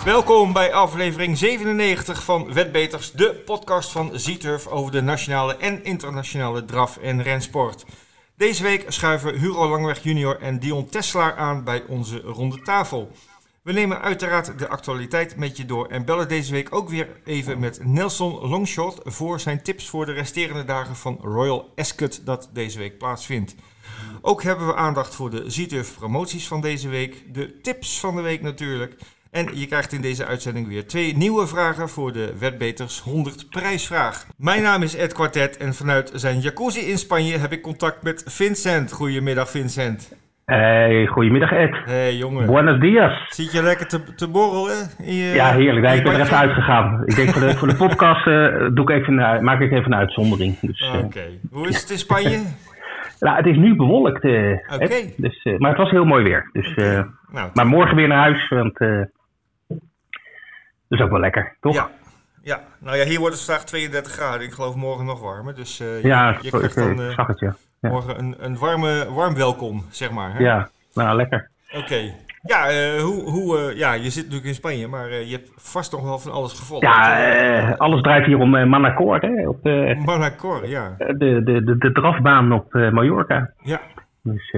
Welkom bij aflevering 97 van Wetbeters, de podcast van Z-Turf over de nationale en internationale draf- en rensport. Deze week schuiven Hugo Langweg junior en Dion Tesselaar aan bij onze ronde tafel. We nemen uiteraard de actualiteit met je door en bellen deze week ook weer even met Nelson Longshot voor zijn tips voor de resterende dagen van Royal Ascot dat deze week plaatsvindt. Ook hebben we aandacht voor de Z-Turf promoties van deze week, de tips van de week natuurlijk. En je krijgt in deze uitzending weer 2 nieuwe vragen voor de Wetbeters 100 prijsvraag. Mijn naam is Ed Quartet en vanuit zijn jacuzzi in Spanje heb ik contact met Vincent. Goedemiddag Vincent. Hey, goedemiddag Ed. Hey jongen. Buenos dias. Zit je lekker te borrelen? Ja, heerlijk. Nee, ik ben er even uitgegaan. Ik denk voor de podcast maak ik even een uitzondering. Dus, Oké. Hoe is het in Spanje? Nou, het is nu bewolkt. Oké. Dus, maar het was heel mooi weer. Dus, Nou, maar morgen weer naar huis, want dat is ook wel lekker, toch? Ja. Nou ja, hier wordt het vandaag 32 graden. Ik geloof morgen nog warmer. Dus je krijgt dan zag het, ja. morgen een warm welkom, zeg maar. Hè? Ja, nou lekker. Oké. Ja, je zit natuurlijk in Spanje, maar je hebt vast nog wel van alles gevolgd. Ja, alles draait hier om Manacor, hè? Manacor, ja. De drafbaan op Mallorca. Ja. Dus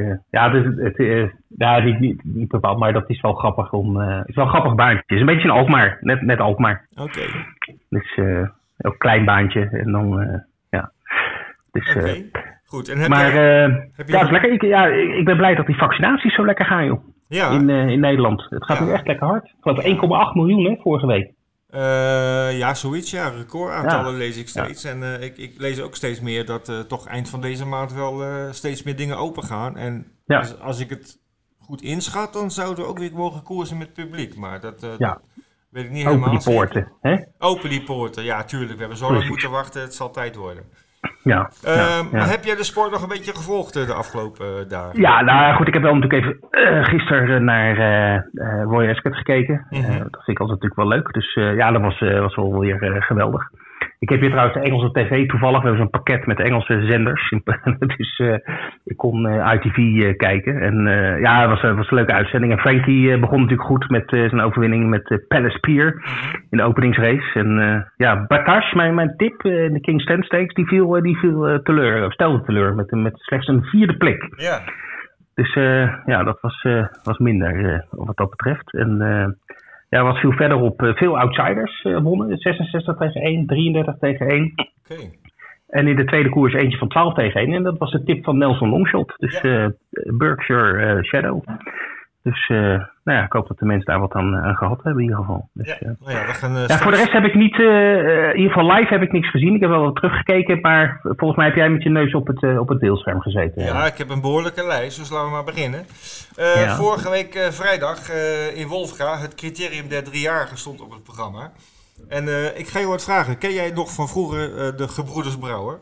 niet bepaald, maar dat is wel grappig het is wel een grappig baantje. Het is een beetje een Alkmaar, net Alkmaar. Oké. Dus ook een klein baantje en dan, ja. Dus, Oké. Goed. En het is lekker. Ik ben blij dat die vaccinaties zo lekker gaan, joh. Ja. In Nederland. Het gaat nu echt lekker hard. Ik geloof 1,8 miljoen, hè, vorige week. Ja, zoiets. Ja, recordaantallen lees ik steeds. Ja. En ik lees ook steeds meer dat toch eind van deze maand wel steeds meer dingen open gaan. En als ik het goed inschat, dan zouden we ook weer mogen koersen met publiek. Maar dat weet ik niet helemaal. Open die poorten, hè? Open die poorten, ja, tuurlijk. We hebben zo lang moeten wachten. Het zal tijd worden. Ja. Maar heb jij de sport nog een beetje gevolgd de afgelopen dagen? Ja, nou goed, ik heb wel natuurlijk even gisteren naar Royal Ascot gekeken. Mm-hmm. Dat vind ik altijd natuurlijk wel leuk. Dus dat was wel weer geweldig. Ik heb hier trouwens de Engelse tv toevallig. We hebben zo'n pakket met Engelse zenders. Dus ik kon ITV kijken. En het was een leuke uitzending. En Frankie begon natuurlijk goed met zijn overwinning met Palace Pier in de openingsrace. En Batash, mijn tip, de King's Stand Stakes, die viel teleur. Of stelde teleur met slechts een 4e plek. Ja. Dus dat was minder wat dat betreft. En wat viel verder op. Veel outsiders wonnen. 66 tegen 1, 33 tegen 1. Okay. En in de tweede koers eentje van 12 tegen 1. En dat was de tip van Nelson Longshot. Dus Berkshire Shadow. Dus ik hoop dat de mensen daar wat aan gehad hebben in ieder geval. Dus, we gaan, voor de rest heb ik niet, in ieder geval live heb ik niks gezien. Ik heb wel wat teruggekeken, maar volgens mij heb jij met je neus op het beeldscherm gezeten. Ja, ik heb een behoorlijke lijst, dus laten we maar beginnen. Vorige week vrijdag in Wolfga, het criterium der 3-jarigen stond op het programma. En ik ga je wat vragen. Ken jij nog van vroeger de Gebroeders Brouwer?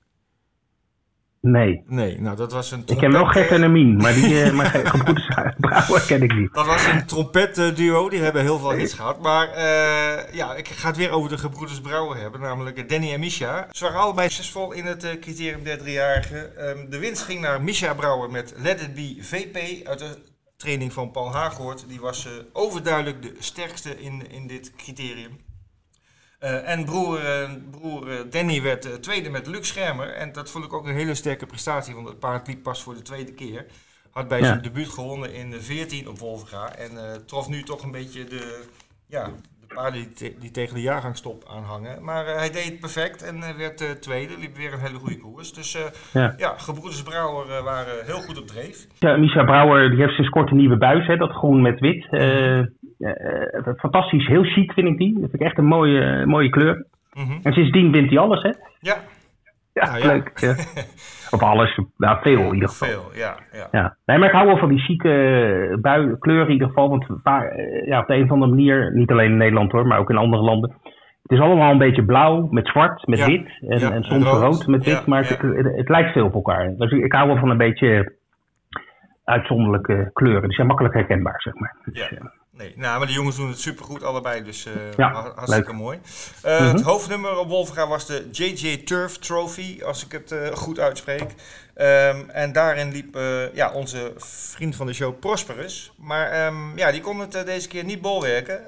Nee. Nee, nou dat was een trompet... Ik ken wel Gert en Amin, maar Gebroeders Brouwer ken ik niet. Dat was een trompetduo, die hebben heel veel hits gehad. Maar ik ga het weer over de Gebroeders Brouwer hebben, namelijk Danny en Misha. Ze waren allebei succesvol in het criterium der 3-jarigen. De winst ging naar Misha Brouwer met Let It Be VP uit de training van Paul Haaghoort. Die was overduidelijk de sterkste in dit criterium. En broer Danny werd tweede met Lux Schermer. En dat vond ik ook een hele sterke prestatie, want het paard liep pas voor de tweede keer. Had bij zijn debuut gewonnen in 14 op Wolfga. En trof nu toch een beetje de paarden die tegen de jaargangstop aanhangen. Maar hij deed het perfect en werd tweede. Liep weer een hele goede koers. Dus Gebroeders Brouwer waren heel goed op dreef. Ja, Misha Brouwer die heeft sinds kort een nieuwe buis, hè, dat groen met wit. Fantastisch, heel chic vind ik die. Dat vind ik echt een mooie kleur. Mm-hmm. En sindsdien wint hij alles, hè? Ja. Ja, leuk. Ja. Of alles, veel in ieder geval. Veel, ja. Nee, maar ik hou wel van die chique kleuren in ieder geval. Want op de een of andere manier, niet alleen in Nederland hoor, maar ook in andere landen. Het is allemaal een beetje blauw met zwart, met wit. En soms rood met wit, maar het lijkt veel op elkaar. Dus ik hou wel van een beetje uitzonderlijke kleuren. Die zijn makkelijk herkenbaar, zeg maar. Dus, Nee, nou, maar de jongens doen het supergoed allebei, dus hartstikke leuk. mooi. Het hoofdnummer op Wolfga was de JJ Turf Trophy, als ik het goed uitspreek. En daarin liep onze vriend van de show Prosperus. Maar die kon het deze keer niet bolwerken.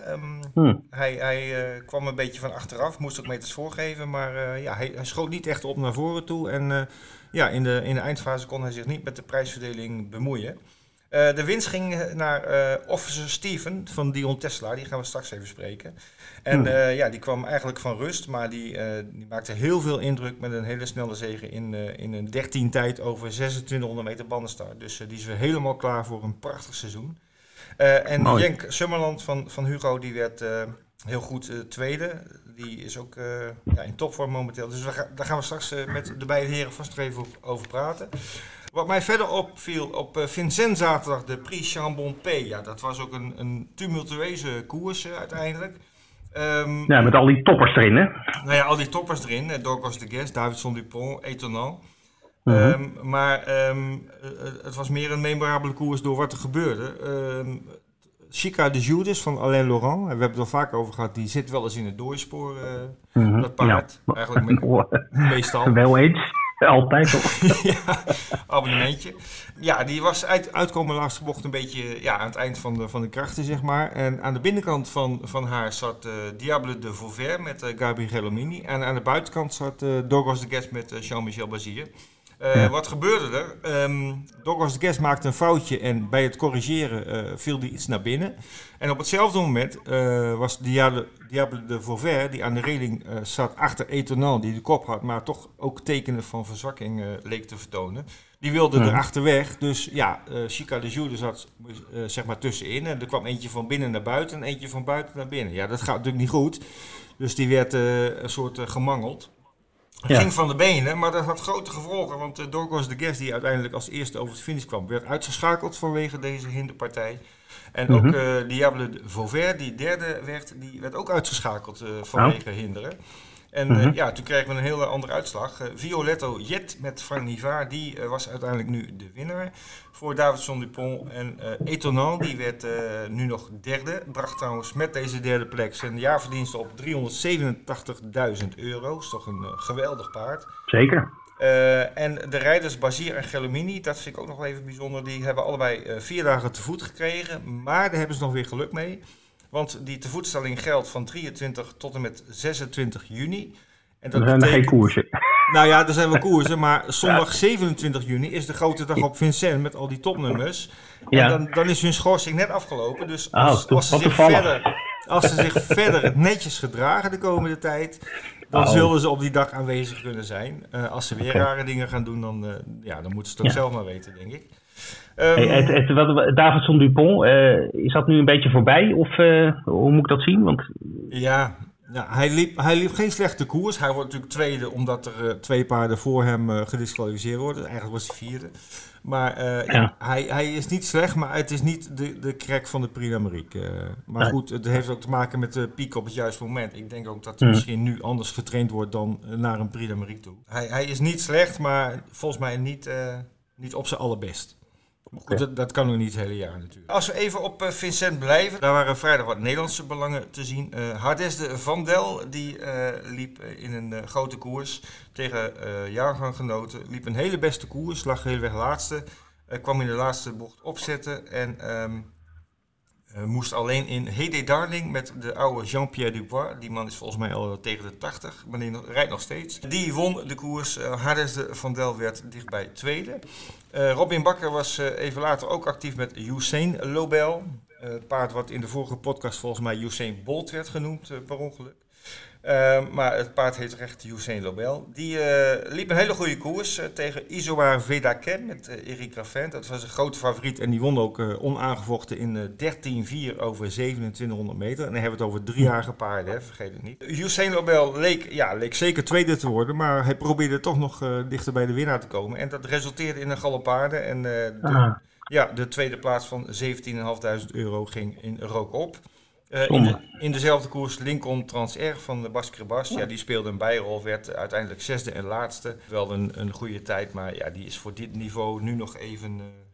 Hij kwam een beetje van achteraf, moest ook meters voorgeven. Maar hij schoot niet echt op naar voren toe. En in de eindfase kon hij zich niet met de prijsverdeling bemoeien. De winst ging naar Officer Steven van Dion Tesla, die gaan we straks even spreken. En die kwam eigenlijk van rust, maar die maakte heel veel indruk met een hele snelle zege in een 13 tijd over 2600 meter bandenstart. Dus die is weer helemaal klaar voor een prachtig seizoen. En Jenk Summerland van Hugo, die werd heel goed tweede. Die is ook in topvorm momenteel. Dus daar gaan we straks met de beide heren vast nog even over praten. Wat mij verder opviel op Vincennes zaterdag, de Prix Chambon P. Ja, dat was ook een tumultueuze koers uiteindelijk. Met al die toppers erin, hè? Nou ja, al die toppers erin. Dorcas de Guest, Davidson Dupont, Étonnant. Maar het was meer een memorabele koers door wat er gebeurde. Chica de Judas van Alain Laurent, en we hebben het al vaak over gehad, die zit wel eens in het doorspoor, dat paard. Ja. Eigenlijk meestal. Wel eens. Altijd toch? Ja, abonnementje. Ja, die was uitkomen laatste bocht een beetje aan het eind van de krachten, zeg maar. En aan de binnenkant van haar zat Diable de Vauvert met Gabriel Gelomini. En aan de buitenkant zat Dorcas de Guest met Jean-Michel Bazir. Wat gebeurde er? Dorcas de Guest maakte een foutje en bij het corrigeren viel die iets naar binnen. En op hetzelfde moment was Diable de Vauvert, die aan de reling zat achter Étonnant, die de kop had, maar toch ook tekenen van verzwakking leek te vertonen. Die wilde erachter weg, dus Chica de Jules zat zeg maar tussenin. En er kwam eentje van binnen naar buiten en eentje van buiten naar binnen. Ja, dat gaat natuurlijk niet goed. Dus die werd een soort gemangeld. Ging van de benen, maar dat had grote gevolgen. Want Dorcas de Guest, die uiteindelijk als eerste over het finish kwam, werd uitgeschakeld vanwege deze hinderpartij. En ook Diable de Vauvert, die derde die werd ook uitgeschakeld vanwege hinderen. En toen kregen we een hele andere uitslag. Violetto Jet met Frank Nivard, die was uiteindelijk nu de winnaar voor Davidson Dupont. En Étonnant, die werd nu nog derde. Bracht trouwens met deze derde plek zijn jaarverdiensten op €387.000. Is toch een geweldig paard. Zeker. En de rijders Bazir en Gelomini, dat vind ik ook nog wel even bijzonder. Die hebben allebei 4 dagen te voet gekregen. Maar daar hebben ze nog weer geluk mee. Want die tevoetstelling geldt van 23 tot en met 26 juni. En dat zijn er geen koersen. Nou ja, er zijn wel koersen, maar zondag 27 juni is de grote dag op Vincennes met al die topnummers. En dan is hun schorsing net afgelopen. Dus als ze zich verder netjes gedragen de komende tijd, dan zullen ze op die dag aanwezig kunnen zijn. Als ze weer rare dingen gaan doen, dan moeten ze het ook zelf maar weten, denk ik. Davidson Dupont, is dat nu een beetje voorbij? Of hoe moet ik dat zien? Want... Ja, hij liep geen slechte koers. Hij wordt natuurlijk tweede omdat er 2 paarden voor hem gedisqualificeerd worden. Eigenlijk was hij vierde. Maar hij is niet slecht, maar het is niet de crack van de Prix d'Amérique. Maar goed, het heeft ook te maken met de piek op het juiste moment. Ik denk ook dat hij misschien nu anders getraind wordt dan naar een Prix d'Amérique toe. Hij is niet slecht, maar volgens mij niet op zijn allerbest. Goed, dat kan nog niet het hele jaar natuurlijk. Als we even op Vincennes blijven, daar waren vrijdag wat Nederlandse belangen te zien. Hardes de Vandel, die liep in een grote koers tegen jaarganggenoten. Liep een hele beste koers, lag heel weg laatste. Kwam in de laatste bocht opzetten en moest alleen in Hede Darling met de oude Jean-Pierre Dubois. Die man is volgens mij al tegen de 80, maar die rijdt nog steeds. Die won de koers. Hardes de Vandel werd dichtbij tweede. Robin Bakker was even later ook actief met Usain Lobel. Het paard wat in de vorige podcast volgens mij Usain Bolt werd genoemd per ongeluk. Maar het paard heet echt Usain Lobel. Die liep een hele goede koers tegen Isoar Vedaken met Eric Raffin. Dat was een grote favoriet en die won ook onaangevochten in 13-4 over 2700 meter. En dan hebben we het over 3-jarige paarden, hè, vergeet het niet. Usain Lobel leek zeker tweede te worden, maar hij probeerde toch nog dichter bij de winnaar te komen. En dat resulteerde in een galopade en de tweede plaats van €17.500 ging in rook op. In dezelfde koers Lincoln Transair van de Basque Bas. Ja, die speelde een bijrol, werd uiteindelijk 6e en laatste. Wel een goede tijd, maar ja, die is voor dit niveau nu nog even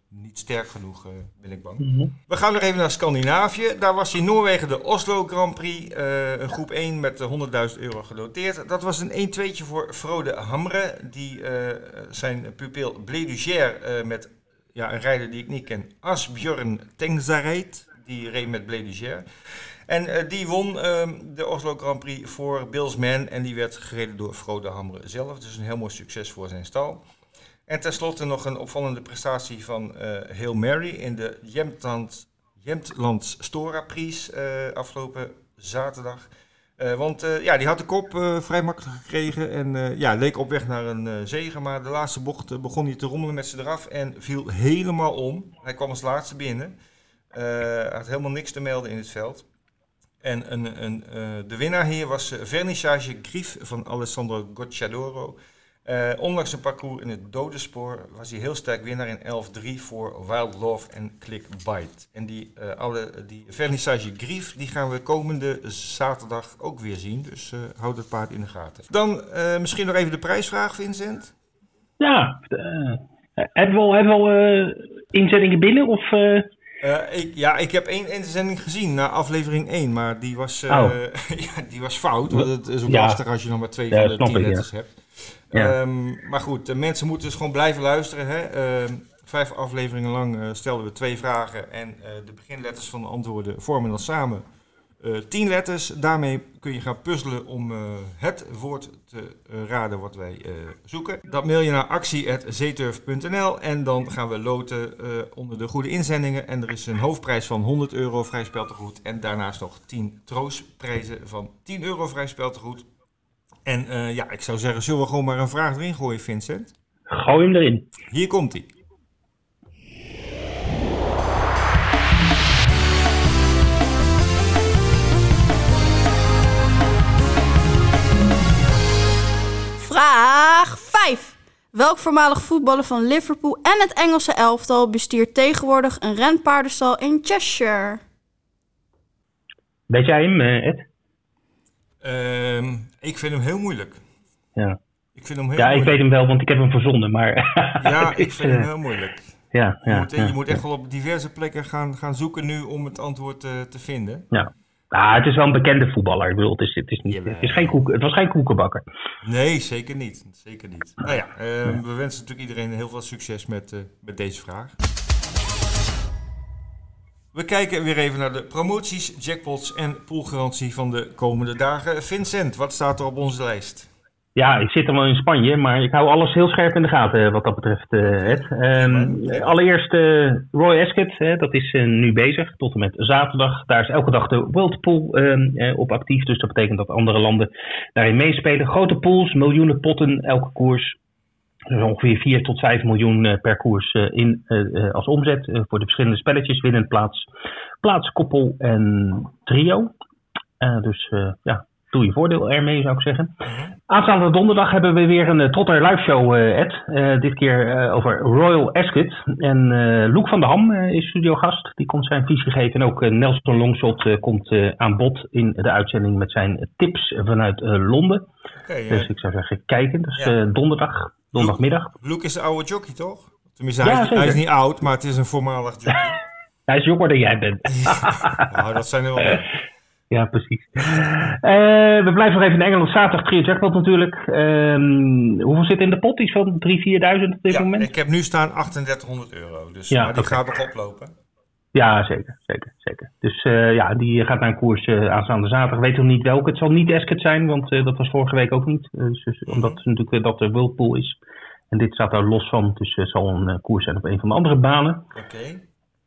niet sterk genoeg, ben ik bang. Mhm. We gaan nog even naar Scandinavië. Daar was in Noorwegen de Oslo Grand Prix. Een groep 1 met €100.000 genoteerd. Dat was een 1-2'tje voor Frode Hamre. Die zijn pupil Bleduger met een rijder die ik niet ken. Asbjørn Tengzareid. Die reed met Bleduger. En die won de Oslo Grand Prix voor Bilsman. En die werd gereden door Frode Hamre zelf. Dus een heel mooi succes voor zijn stal. En tenslotte nog een opvallende prestatie van Hail Mary in de Jämtlands Stora Prijs afgelopen zaterdag. Want die had de kop vrij makkelijk gekregen en leek op weg naar een zege. Maar de laatste bocht begon hij te rommelen met z'n eraf en viel helemaal om. Hij kwam als laatste binnen. Hij had helemaal niks te melden in het veld. En de winnaar hier was Vernissage Grief van Alessandro Gocciadoro. Ondanks een parcours in het dode spoor was hij heel sterk winnaar in 11-3 voor Wild Love en Click Bite. En die Vernissage Grief die gaan we komende zaterdag ook weer zien. Dus houd het paard in de gaten. Dan misschien nog even de prijsvraag, Vincent. Ja, hebben we al inzendingen binnen? Of, ik heb 1 inzending gezien na aflevering 1, maar die was, die was fout. Want het is ook lastig als je nog maar 2 van de 10 letters hebt. Ja. Maar goed, de mensen moeten dus gewoon blijven luisteren. Hè? 5 afleveringen lang stelden we 2 vragen en de beginletters van de antwoorden vormen dan samen 10 letters. Daarmee kun je gaan puzzelen om het woord te raden wat wij zoeken. Dat mail je naar actie@zeeturf.nl en dan gaan we loten onder de goede inzendingen. En er is een hoofdprijs van €100 vrij speltegoed en daarnaast nog 10 troostprijzen van €10 vrij speltegoed. En ik zou zeggen, zullen we gewoon maar een vraag erin gooien, Vincent? Gooi hem erin. Hier komt hij. Vraag 5. Welk voormalig voetballer van Liverpool en het Engelse elftal bestuurt tegenwoordig een renpaardenstal in Cheshire? Weet jij hem, Ed? Ik vind hem heel moeilijk. Ja. Ik vind hem heel moeilijk. Ik weet hem wel, want ik heb hem verzonnen, maar... ik vind hem heel moeilijk. Je moet echt wel op diverse plekken gaan zoeken nu om het antwoord te vinden. Ja. Het is wel een bekende voetballer. Ik bedoel, het was geen koekenbakker. Nee, zeker niet. Zeker niet. Nou ja, we wensen natuurlijk iedereen heel veel succes met deze vraag. We kijken weer even naar de promoties, jackpots en poolgarantie van de komende dagen. Vincent, wat staat er op onze lijst? Ja, ik zit er wel in Spanje, maar ik hou alles heel scherp in de gaten wat dat betreft, Ed. Allereerst Roy Ascot, dat is nu bezig tot en met zaterdag. Daar is elke dag de World Pool op actief, dus dat betekent dat andere landen daarin meespelen. Grote pools, miljoenen potten elke koers. Dus ongeveer 4 tot 5 miljoen per koers als omzet voor de verschillende spelletjes. Winnend plaats, koppel en trio. Doe je voordeel ermee, zou ik zeggen. Aanstaande donderdag hebben we weer een Trotter live show, Ed. Dit keer over Royal Ascot. En Loek van der Ham is studiogast. Die komt zijn visie geven. En ook Nelson Longshot komt aan bod in de uitzending met zijn tips vanuit Londen. Dus ik zou zeggen, kijken. Dus donderdagmiddag. Loek is de oude jockey, toch? Tenminste, hij is niet oud, maar het is een voormalig jockey. Hij is jonger dan jij bent. Nou, dat zijn er wel... Ja, precies. We blijven nog even in Engeland. Zaterdag trio jackpot natuurlijk. Hoeveel zit in de pot? Iets van 3.000, 4.000 op dit moment? Ik heb nu staan €3.800. Dus, maar die gaat nog oplopen. Ja, zeker. Dus die gaat naar een koers aanstaande zaterdag. Weet nog niet welke. Het zal niet Ascot zijn, want dat was vorige week ook niet. Omdat het natuurlijk dat de Whirlpool is. En dit staat daar los van. Dus het zal een koers zijn op een van de andere banen. Oké.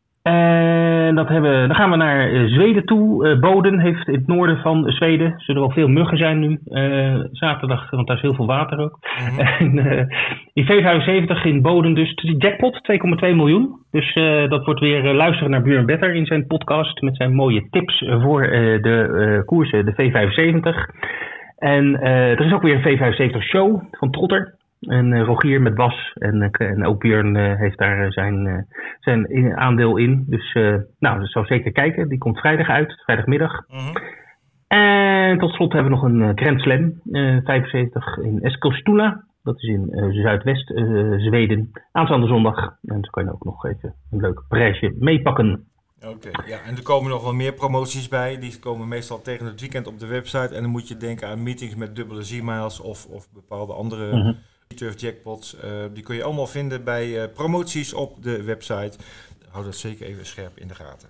En dan gaan we naar Zweden toe. Boden heeft in het noorden van Zweden. Zullen er al veel muggen zijn nu. Zaterdag, want daar is heel veel water ook. En in V75 in Boden dus de jackpot, 2,2 miljoen. Dus dat wordt weer luisteren naar Björn Better in zijn podcast. Met zijn mooie tips voor de koersen, de V75. En er is ook weer een V75 show van Trotter. En Rogier met Bas en ook Björn heeft daar zijn aandeel in. Dus dat zou zeker kijken. Die komt vrijdag uit, vrijdagmiddag. En tot slot hebben we nog een Grand Slam, 75 in Eskilstuna. Dat is in Zuidwest Zweden. Aanstaande zondag. En dan kan je ook nog even een leuk prijsje meepakken. Oké, ja, en er komen nog wel meer promoties bij. Die komen meestal tegen het weekend op de website. En dan moet je denken aan meetings met dubbele Z-miles of bepaalde andere turf jackpots. Die kun je allemaal vinden bij promoties op de website. Hou dat zeker even scherp in de gaten.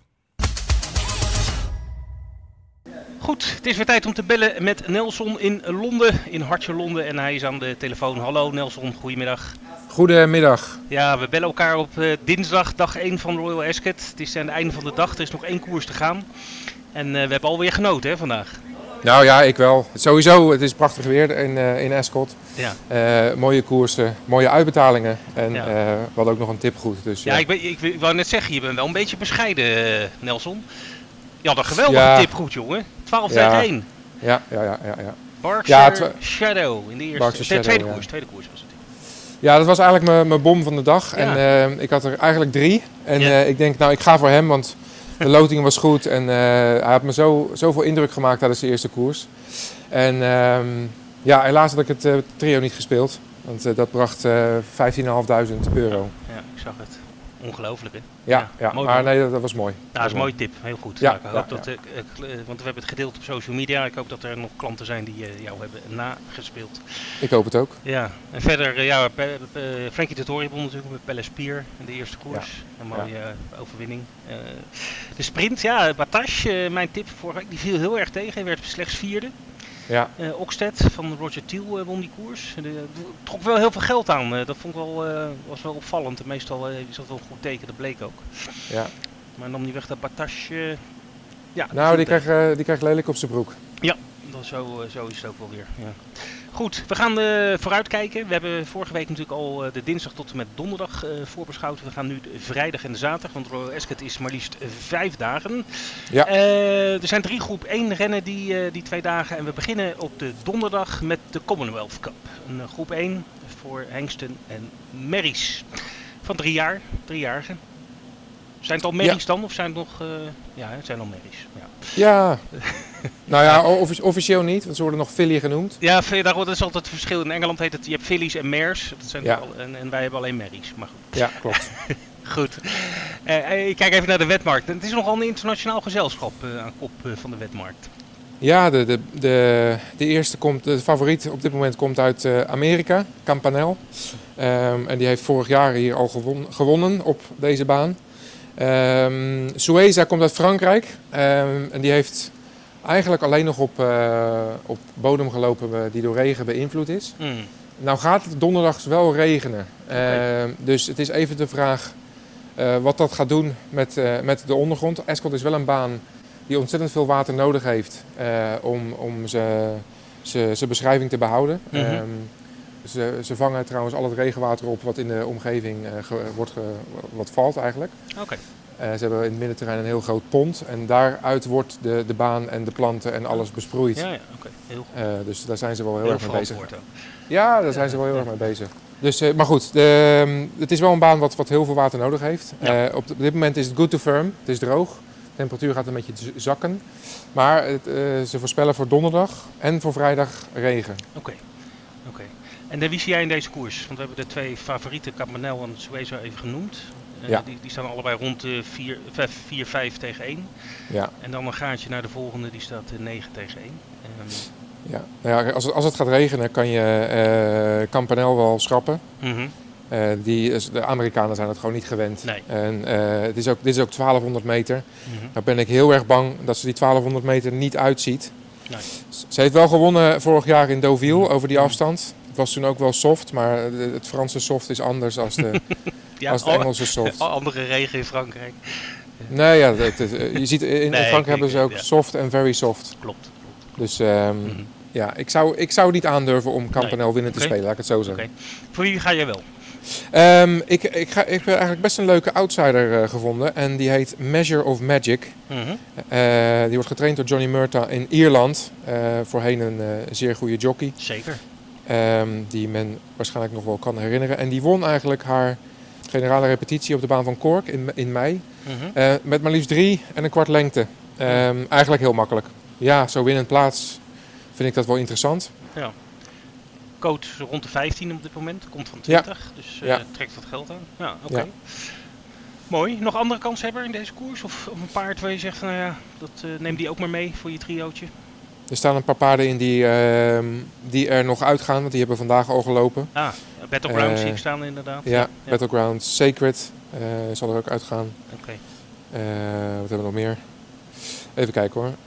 Goed, het is weer tijd om te bellen met Nelson in Londen, in hartje Londen. En hij is aan de telefoon. Hallo Nelson, goedemiddag. Goedemiddag. Ja, we bellen elkaar op dinsdag, dag 1 van Royal Ascot. Het is aan het einde van de dag, er is nog 1 koers te gaan. En we hebben alweer genoten hè, vandaag. Nou ja, ik wel. Sowieso, het is prachtig weer in Ascot. Ja. Mooie koersen, mooie uitbetalingen. En we hadden ook nog een tipgoed. Dus, ja, ik wou net zeggen, je bent wel een beetje bescheiden, Nelson. Je had een geweldige tipgoed, jongen. 12 tegen 1. Ja. Berkshire Shadow in de eerste. Tweede koers was het. Ja, dat was eigenlijk mijn bom van de dag. Ja. En ik had er eigenlijk 3. En ik denk, nou, ik ga voor hem, want de loting was goed. En hij had me zoveel indruk gemaakt tijdens de eerste koers. En helaas had ik het trio niet gespeeld. Want dat bracht €15.500. Ja, ik zag het. Ongelooflijk, hè? Ja, mooi, maar nee, dat was mooi. Nou, dat is een mooie tip. Heel goed. Ja, ik hoop dat, want we hebben het gedeeld op social media. Ik hoop dat er nog klanten zijn die jou hebben nagespeeld. Ik hoop het ook. Ja, en verder, Frankie Dettori won natuurlijk met Pelle Spier in de eerste koers. Een mooie overwinning. De sprint, Bataille, mijn tip vorige week, die viel heel erg tegen. Hij werd slechts 4e. Ja. Oxted van Roger Thiel won die koers. Trok wel heel veel geld aan. Dat vond ik was wel opvallend. Meestal is dat wel een goed teken, dat bleek ook. Ja. Maar nam die weg naar Bataille. Nou, die krijgt lelijk op zijn broek. Ja, zo is het ook wel weer. Ja. Goed, we gaan vooruitkijken. We hebben vorige week natuurlijk al de dinsdag tot en met donderdag voorbeschouwd. We gaan nu de vrijdag en de zaterdag, want Royal Ascot is maar liefst 5 dagen. Ja. Er zijn 3 groep 1 rennen die 2 dagen. En we beginnen op de donderdag met de Commonwealth Cup. Een groep 1 voor hengsten en merries. Van 3-jarigen. Zijn het al merries dan? Of zijn het nog... het zijn al merries. Ja. Nou ja, officieel niet, want ze worden nog filly genoemd. Ja, dat is altijd het verschil. In Engeland heet het, je hebt fillies en mares. Dat zijn en wij hebben alleen merries. Maar goed. Ja, klopt. Goed. Ik kijk even naar de wetmarkt. Het is nogal een internationaal gezelschap aan kop van de wetmarkt. Ja, de eerste de favoriet op dit moment komt uit Amerika, Campanelle. En die heeft vorig jaar hier al gewonnen op deze baan. Sueza komt uit Frankrijk en die heeft eigenlijk alleen nog op bodem gelopen die door regen beïnvloed is. Nou gaat het donderdags wel regenen. Dus het is even de vraag wat dat gaat doen met de ondergrond. Ascot is wel een baan die ontzettend veel water nodig heeft om zijn beschrijving te behouden. Ze vangen trouwens al het regenwater op wat in de omgeving wat valt eigenlijk. Okay. Ze hebben in het middenterrein een heel groot pond en daaruit wordt de baan en de planten en alles besproeid. Ja, oké. Heel goed. Dus daar zijn ze wel heel erg mee bezig. Ook. Ja, daar zijn ze wel heel erg mee bezig. Dus, maar goed, het is wel een baan wat heel veel water nodig heeft. Ja. Op dit moment is het good to firm, het is droog. De temperatuur gaat een beetje zakken. Maar ze voorspellen voor donderdag en voor vrijdag regen. Oké. En wie zie jij in deze koers? Want we hebben de 2 favorieten, Campanelle en Sueza, even genoemd. Die staan allebei rond 4-5 tegen 1. Ja. En dan een gaatje naar de volgende, die staat 9 tegen 1. Ja, als het gaat regenen kan je Campanelle wel schrappen. De Amerikanen zijn het gewoon niet gewend. Nee. En dit is ook 1200 meter. Nou ben ik heel erg bang dat ze die 1200 meter niet uitziet. Nee. Ze heeft wel gewonnen vorig jaar in Deauville over die afstand. Het was toen ook wel soft, maar het Franse soft is anders dan als het Engelse soft. Andere regen in Frankrijk. Nee, je ziet in Frankrijk hebben ze ook soft en very soft. Klopt. Dus ik zou niet aandurven om Campanelle winnen te spelen, laat ik het zo zeggen. Voor wie ga jij wel? Ik heb eigenlijk best een leuke outsider gevonden en die heet Measure of Magic. Die wordt getraind door Johnny Murtagh in Ierland. Voorheen een zeer goede jockey. Zeker. Die men waarschijnlijk nog wel kan herinneren. En die won eigenlijk haar generale repetitie op de baan van Cork in mei. Met maar liefst 3 1/4 lengte. Eigenlijk heel makkelijk. Ja, zo winnend plaats vind ik dat wel interessant. Ja. Coat rond de 15 op dit moment. Komt van 20. Dus trekt wat geld aan. Ja, oké. Ja. Mooi. Nog andere kanshebber in deze koers? Of een paard waar je zegt van neem die ook maar mee voor je triootje? Er staan een paar paarden in die er nog uitgaan, want die hebben vandaag al gelopen. Battleground zie ik staan inderdaad. Ja, Battleground, Sacred zal er ook uitgaan. Oké. Wat hebben we nog meer? Even kijken hoor.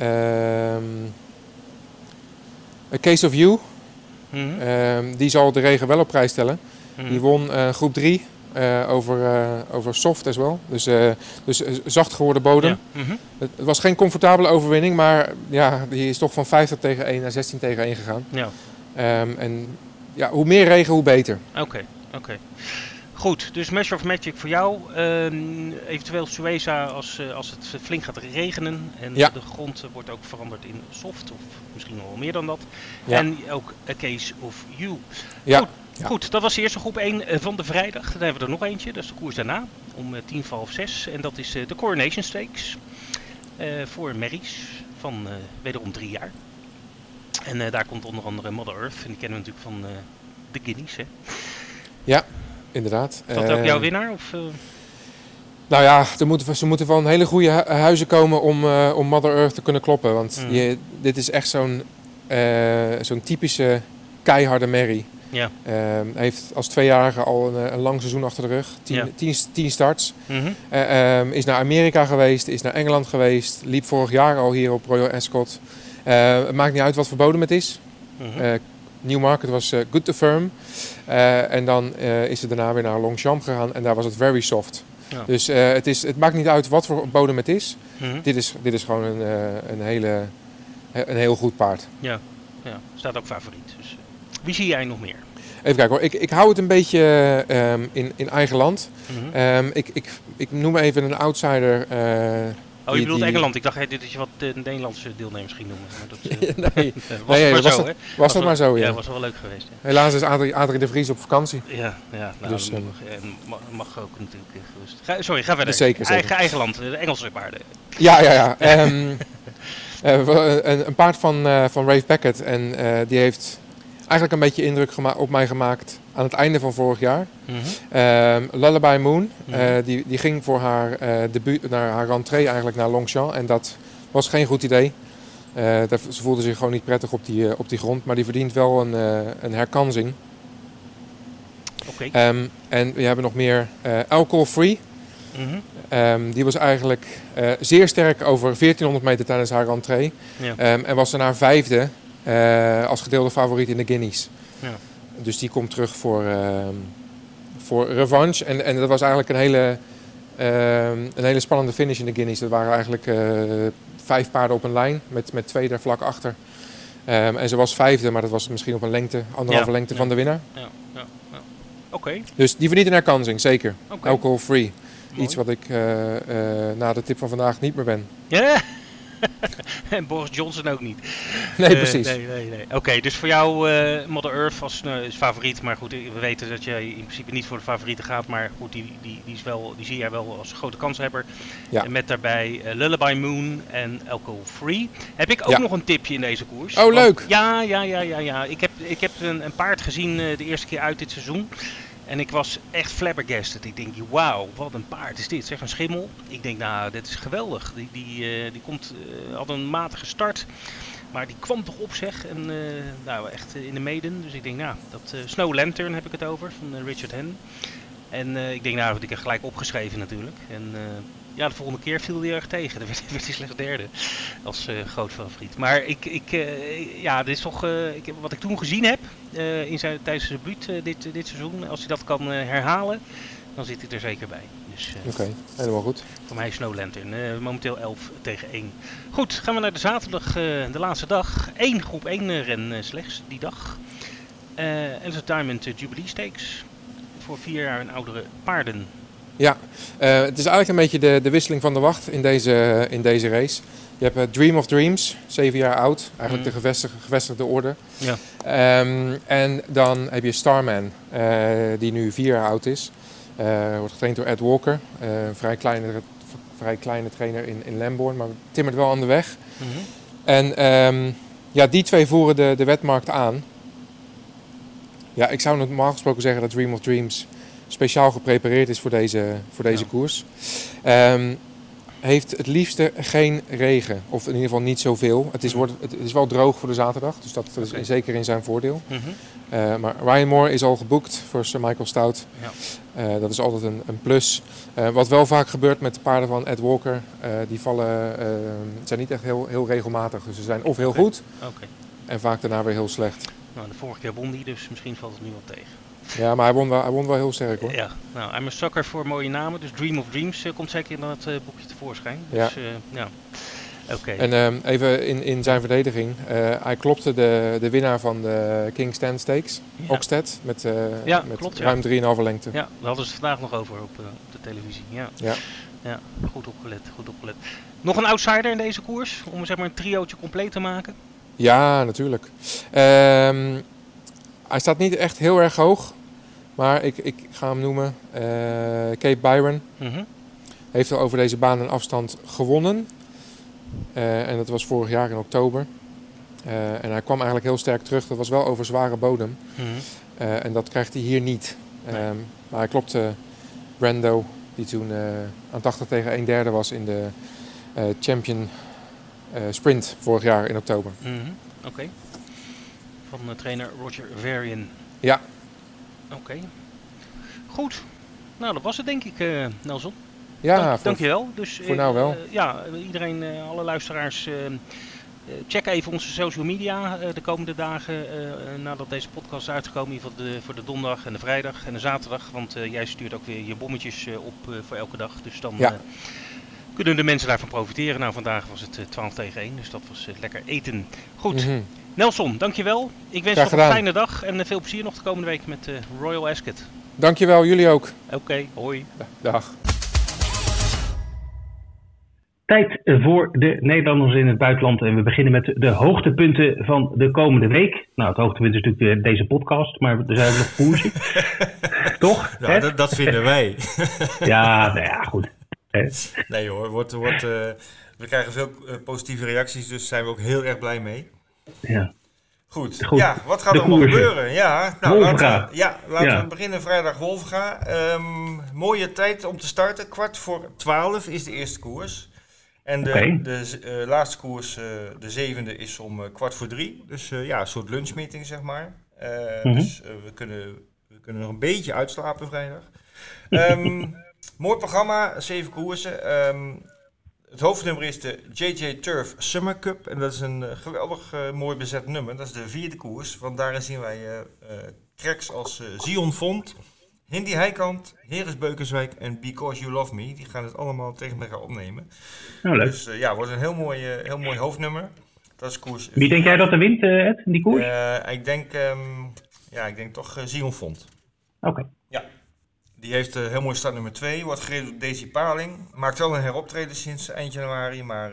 A Case of You. Die zal de regen wel op prijs stellen. Die won groep 3 over soft as well. Dus zacht geworden bodem. Ja. Het was geen comfortabele overwinning, maar ja, die is toch van 50 tegen 1 naar 16 tegen 1 gegaan. Ja. En ja, hoe meer regen, hoe beter. Oké. Goed, dus Measure of Magic voor jou. Eventueel Sueza als het flink gaat regenen. En de grond wordt ook veranderd in soft, of misschien wel meer dan dat. Ja. En ook A Case of You. Ja. Goed, dat was de eerste groep 1 van de vrijdag. Dan hebben we er nog eentje, dat is de koers daarna. Om 5:45. En dat is de Coronation Stakes. Voor merries van wederom 3 jaar. En daar komt onder andere Mother Earth. En die kennen we natuurlijk van de Guineas, hè? Ja. Inderdaad. Is dat ook jouw winnaar? Of, Nou ja, ze moeten van hele goede huizen komen om Mother Earth te kunnen kloppen. Want dit is echt zo'n typische keiharde merrie. Ja. Hij heeft als 2-jarige al een lang seizoen achter de rug. 10 starts. Is naar Amerika geweest, is naar Engeland geweest. Liep vorig jaar al hier op Royal Ascot. Het maakt niet uit wat voor bodem het is. Newmarket was good to firm. En dan is ze daarna weer naar Longchamp gegaan en daar was het very soft. Ja. Dus het maakt niet uit wat voor bodem het is. Dit is gewoon een heel goed paard. Ja, staat ook favoriet. Dus, wie zie jij nog meer? Even kijken hoor, ik hou het een beetje in eigen land. Ik noem even een outsider. Je bedoelt Engeland. Ik dacht dat je wat de Nederlandse deelnemers ging noemen. Maar dat was het maar zo. Ja, was wel leuk geweest. Ja. Helaas is Adrie de Vries op vakantie. Ja, nou, dus, mag ook natuurlijk. Sorry, ga verder. Zeker. Eigen land, de Engelse paarden. Ja. Een paard van Ralph Beckett. En die heeft eigenlijk een beetje indruk op mij gemaakt aan het einde van vorig jaar. Lullaby Moon, die ging voor haar debuut, naar haar rentrée eigenlijk naar Longchamp. En dat was geen goed idee. Ze voelde zich gewoon niet prettig op die grond. Maar die verdient wel een herkansing. Okay. En we hebben nog meer Alcohol Free. Die was eigenlijk zeer sterk over 1400 meter tijdens haar rentrée. Ja. En was daarna 5e als gedeelde favoriet in de Guineas. Ja. Dus die komt terug voor revanche. En dat was eigenlijk een hele spannende finish in de Guineas. Dat waren eigenlijk 5 paarden op een lijn met 2 daar vlak achter. En ze was 5e, maar dat was misschien op een lengte, anderhalve lengte van de winnaar. Ja. Oké. Dus die verdient een herkansing, zeker. Okay. Alcohol free. Mooi. Iets wat ik na de tip van vandaag niet meer ben. Ja. En Boris Johnson ook niet. Nee, precies. Nee. Oké, dus voor jou Mother Earth is favoriet. Maar goed, we weten dat jij in principe niet voor de favorieten gaat. Maar goed, die zie jij wel als grote kanshebber. Ja. En met daarbij Lullaby Moon en Alcohol Free. Heb ik ook nog een tipje in deze koers. Oh, leuk. Ja. Ik heb een paard gezien de eerste keer uit dit seizoen. En ik was echt flabbergasted. Ik denk, wauw, wat een paard is dit. Zeg, een schimmel. Ik denk, nou, dit is geweldig. Die had een matige start. Maar die kwam toch op, zeg. En echt in de maiden. Dus ik denk, nou, dat Snow Lantern heb ik het over. Van Richard Hen. En ik denk, nou, ik heb gelijk opgeschreven natuurlijk. En de volgende keer viel hij erg tegen. Dan werd hij slechts 3e als groot favoriet. Maar dit is toch wat ik toen gezien heb tijdens zijn debuut dit seizoen. Als hij dat kan herhalen, dan zit hij er zeker bij. Dus, Oké, helemaal goed. Voor mij Snow Lantern. Momenteel 11 tegen 1. Goed, gaan we naar de zaterdag, de laatste dag. Groep 1 ren slechts die dag. En dat is het Diamond Jubilee Stakes. Voor 4 jaar en oudere paarden. Ja, het is eigenlijk een beetje de wisseling van de wacht in deze race. Je hebt Dream of Dreams, 7 jaar oud. Eigenlijk de gevestigde orde. Ja. En dan heb je Starman, die nu 4 jaar oud is. Wordt getraind door Ed Walker. Een vrij kleine trainer in Lambourn, maar timmert wel aan de weg. En die twee voeren de wetmarkt aan. Ja, ik zou normaal gesproken zeggen dat Dream of Dreams speciaal geprepareerd is voor deze koers. Heeft het liefste geen regen, of in ieder geval niet zoveel. Het is wel droog voor de zaterdag, dus dat is zeker in zijn voordeel. Maar Ryan Moore is al geboekt voor Sir Michael Stoute. Ja. Dat is altijd een plus. Wat wel vaak gebeurt met de paarden van Ed Walker, die zijn niet echt heel regelmatig. Dus ze zijn of heel goed en vaak daarna weer heel slecht. Nou, de vorige keer won hij, dus misschien valt het nu wel tegen. Ja, maar hij won wel heel sterk hoor. Ja, nou, I'm a sucker voor mooie namen. Dus Dream of Dreams komt zeker in dat boekje tevoorschijn. Ja. Dus, oké. En even in zijn verdediging. Hij klopte de winnaar van de King Stan Stakes, Oxted, met ruim 3,5 lengte. Ja, daar hadden ze het vandaag nog over op de televisie. Ja, goed opgelet. Nog een outsider in deze koers, om zeg maar een triootje compleet te maken? Ja, natuurlijk. Hij staat niet echt heel erg hoog, maar ik ga hem noemen. Cape Byron heeft al over deze baan een afstand gewonnen. En dat was vorig jaar in oktober. En hij kwam eigenlijk heel sterk terug. Dat was wel over zware bodem. En dat krijgt hij hier niet. Maar hij klopte Brando, die toen aan 80 tegen 1/3 was in de Champion Sprint vorig jaar in oktober. Oké. Van trainer Roger Varian. Ja. Oké. Goed. Nou, dat was het denk ik, Nelson. Ja, dankjewel. Dus, voor nou wel. Iedereen, alle luisteraars, check even onze social media de komende dagen nadat deze podcast is uitgekomen. In ieder geval voor de donderdag en de vrijdag en de zaterdag. Want jij stuurt ook weer je bommetjes op voor elke dag. Dus dan kunnen de mensen daarvan profiteren. Nou, vandaag was het 12 tegen 1, dus dat was lekker eten. Goed. Nelson, dankjewel. Ik wens je nog een fijne dag en veel plezier nog de komende week met Royal Ascot. Dankjewel, jullie ook. Oké, hoi. Dag. Tijd voor de Nederlanders in het buitenland. En we beginnen met de hoogtepunten van de komende week. Nou, het hoogtepunt is natuurlijk deze podcast, maar er zijn nog koersen. Toch? Ja, dat vinden wij. Ja, nou ja, goed. Nee hoor, we krijgen veel positieve reacties, dus zijn we ook heel erg blij mee. Ja. Goed. Ja, wat gaat er allemaal gebeuren? Ja, nou, laten we beginnen vrijdag Wolvenga. Mooie tijd om te starten. 11:15 is de eerste koers. En de laatste koers, de zevende, is om 2:15. Dus een soort lunchmeeting, zeg maar. Dus we kunnen nog een beetje uitslapen vrijdag. Mooi programma, 7 koersen. Het hoofdnummer is de JJ Turf Summer Cup. En dat is een geweldig mooi bezet nummer. Dat is de 4e koers. Want daarin zien wij cracks als Zion Font, Hindi Heikant, Heres Beukenswijk en Because You Love Me. Die gaan het allemaal tegen elkaar opnemen. Nou, leuk. Dus wordt een heel mooi hoofdnummer. Dat is koers. Wie denk jij dat er wint, Ed, in die koers? Ik denk toch Zion Font. Oké. Ja. Die heeft heel mooi start nummer 2. Wordt gereden door Daisy Paling. Maakt wel een heroptreden sinds eind januari. Maar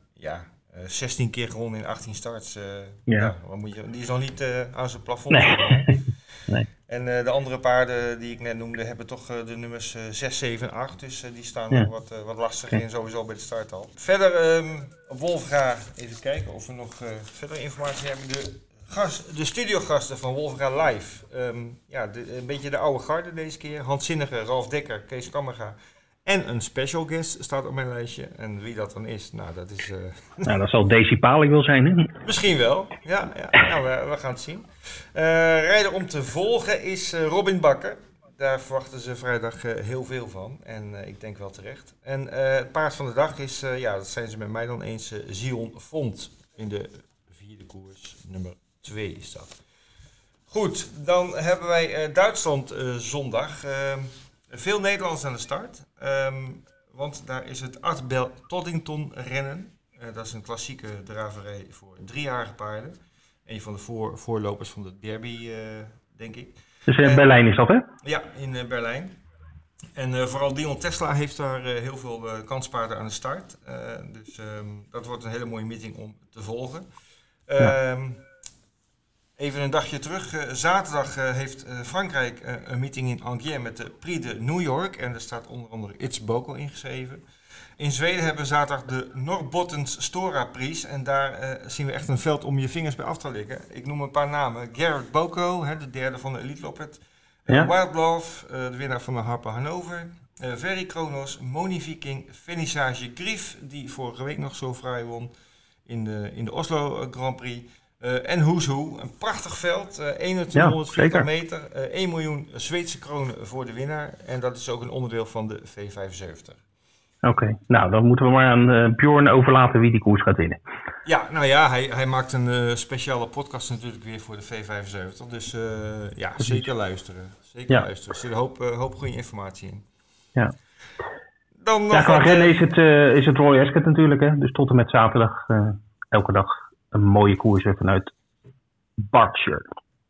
16 keer gewonnen in 18 starts. Die is nog niet aan zijn plafond. Nee. En de andere paarden die ik net noemde hebben toch de nummers 6, 7 en 8. Dus die staan nog wat lastiger in sowieso bij de start al. Verder op Wolvenga even kijken of we nog verder informatie hebben. De studiogasten van Wolvenga Live. Een beetje de oude garde deze keer. Hans Zinnige, Ralf Dekker, Kees Kammerga. En een special guest staat op mijn lijstje. En wie dat dan is, nou dat is... Nou, dat zal Daisy Paling wel zijn, hè? Misschien wel, ja. Nou, we gaan het zien. Rijder om te volgen is Robin Bakker. Daar verwachten ze vrijdag heel veel van. En ik denk wel terecht. En het paard van de dag is, dat zijn ze met mij dan eens, Zion Font. In de 4e koers, nummer 2 is dat. Goed, dan hebben wij Duitsland zondag. Veel Nederlanders aan de start. Want daar is het Artbel Toddington rennen. Dat is een klassieke draverij voor 3-jarige paarden. Een van de voorlopers van de derby, denk ik. Dus in Berlijn is dat, hè? Ja, in Berlijn. En vooral Dion Tesla heeft daar heel veel kanspaarden aan de start. Dus dat wordt een hele mooie meeting om te volgen. Even een dagje terug. Zaterdag heeft Frankrijk een meeting in Angers met de Prix de New York. En daar staat onder andere It's Boko ingeschreven. In Zweden hebben we zaterdag de Norrbottens Stora Prijs. En daar zien we echt een veld om je vingers bij af te likken. Ik noem een paar namen. Gerrit Boko, de derde van de Elite Loppet. Wild Love, de winnaar van de Harper Hannover. Ferry Kronos, Moni Viking, Vernissage Grief, die vorige week nog zo fraai won in de Oslo Grand Prix. En Who's Who, een prachtig veld, 2140 meter, 1 miljoen Zweedse kronen voor de winnaar. En dat is ook een onderdeel van de V75. Oké, nou dan moeten we maar aan Bjorn overlaten wie die koers gaat winnen. Ja, nou ja, hij maakt een speciale podcast natuurlijk weer voor de V75. Dus zeker luisteren. Er zit een hoop goede informatie in. Ja. Dan nog qua rennen is het Roy Ascot natuurlijk. Hè? Dus tot en met zaterdag elke dag een mooie koers vanuit Berkshire.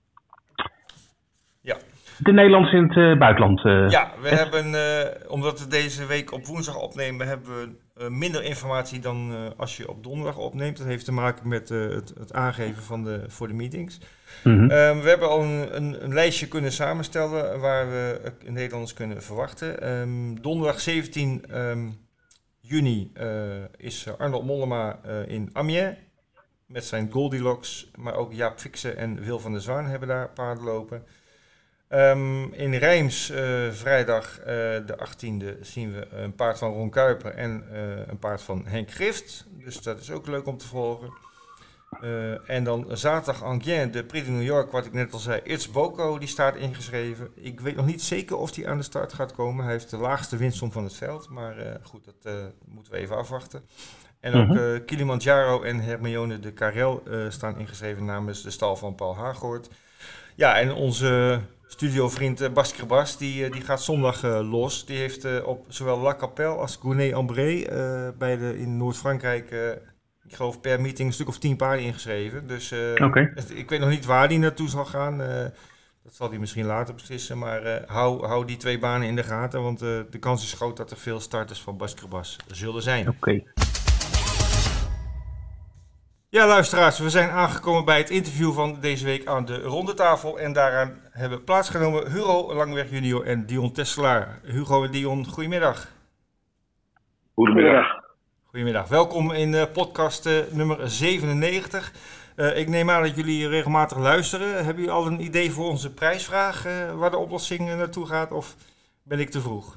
Ja. De Nederlanders in het buitenland. Ja, we hebben, omdat we deze week op woensdag opnemen, hebben we minder informatie dan als je op donderdag opneemt. Dat heeft te maken met het aangeven voor de meetings. Mm-hmm. We hebben al een lijstje kunnen samenstellen waar we Nederlanders kunnen verwachten. Donderdag 17 juni is Arnold Mollema in Amiens met zijn Goldilocks. Maar ook Jaap Fikse en Wil van der Zwaan hebben daar paarden lopen. In Reims vrijdag de 18e zien we een paard van Ron Kuiper en een paard van Henk Grift. Dus dat is ook leuk om te volgen. En dan zaterdag Angien, de Prix de New York, wat ik net al zei. It's Boko, die staat ingeschreven. Ik weet nog niet zeker of hij aan de start gaat komen. Hij heeft de laagste winstsom van het veld. Maar goed, dat moeten we even afwachten. En ook Kilimanjaro en Hermione de Carrel staan ingeschreven namens de stal van Paul Hagoort. Ja, en onze studiovriend Bas Kerbas, die gaat zondag los. Die heeft op zowel La Capelle als Gournay-en-Bray in Noord-Frankrijk, ik geloof per meeting een stuk of 10 paarden ingeschreven. Dus ik weet nog niet waar die naartoe zal gaan. Dat zal hij misschien later beslissen. Maar hou die 2 banen in de gaten, want de kans is groot dat er veel starters van Bas Kerbas zullen zijn. Oké. Ja, luisteraars, we zijn aangekomen bij het interview van deze week aan de rondetafel. En daaraan hebben plaatsgenomen Hugo Langweg junior en Dion Tesselaar. Hugo en Dion, goedemiddag. Goedemiddag. Welkom in podcast nummer 97. Ik neem aan dat jullie regelmatig luisteren. Hebben jullie al een idee voor onze prijsvraag waar de oplossing naartoe gaat? Of ben ik te vroeg?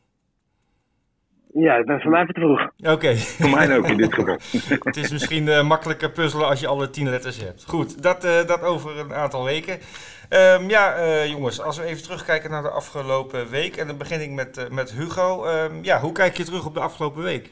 Ja, ik ben voor mij te vroeg. Oké. Voor mij ook in dit geval. Het is misschien makkelijker puzzelen als je alle 10 letters hebt. Goed, dat over een aantal weken. Jongens, als we even terugkijken naar de afgelopen week. En dan begin ik met Hugo. Hoe kijk je terug op de afgelopen week?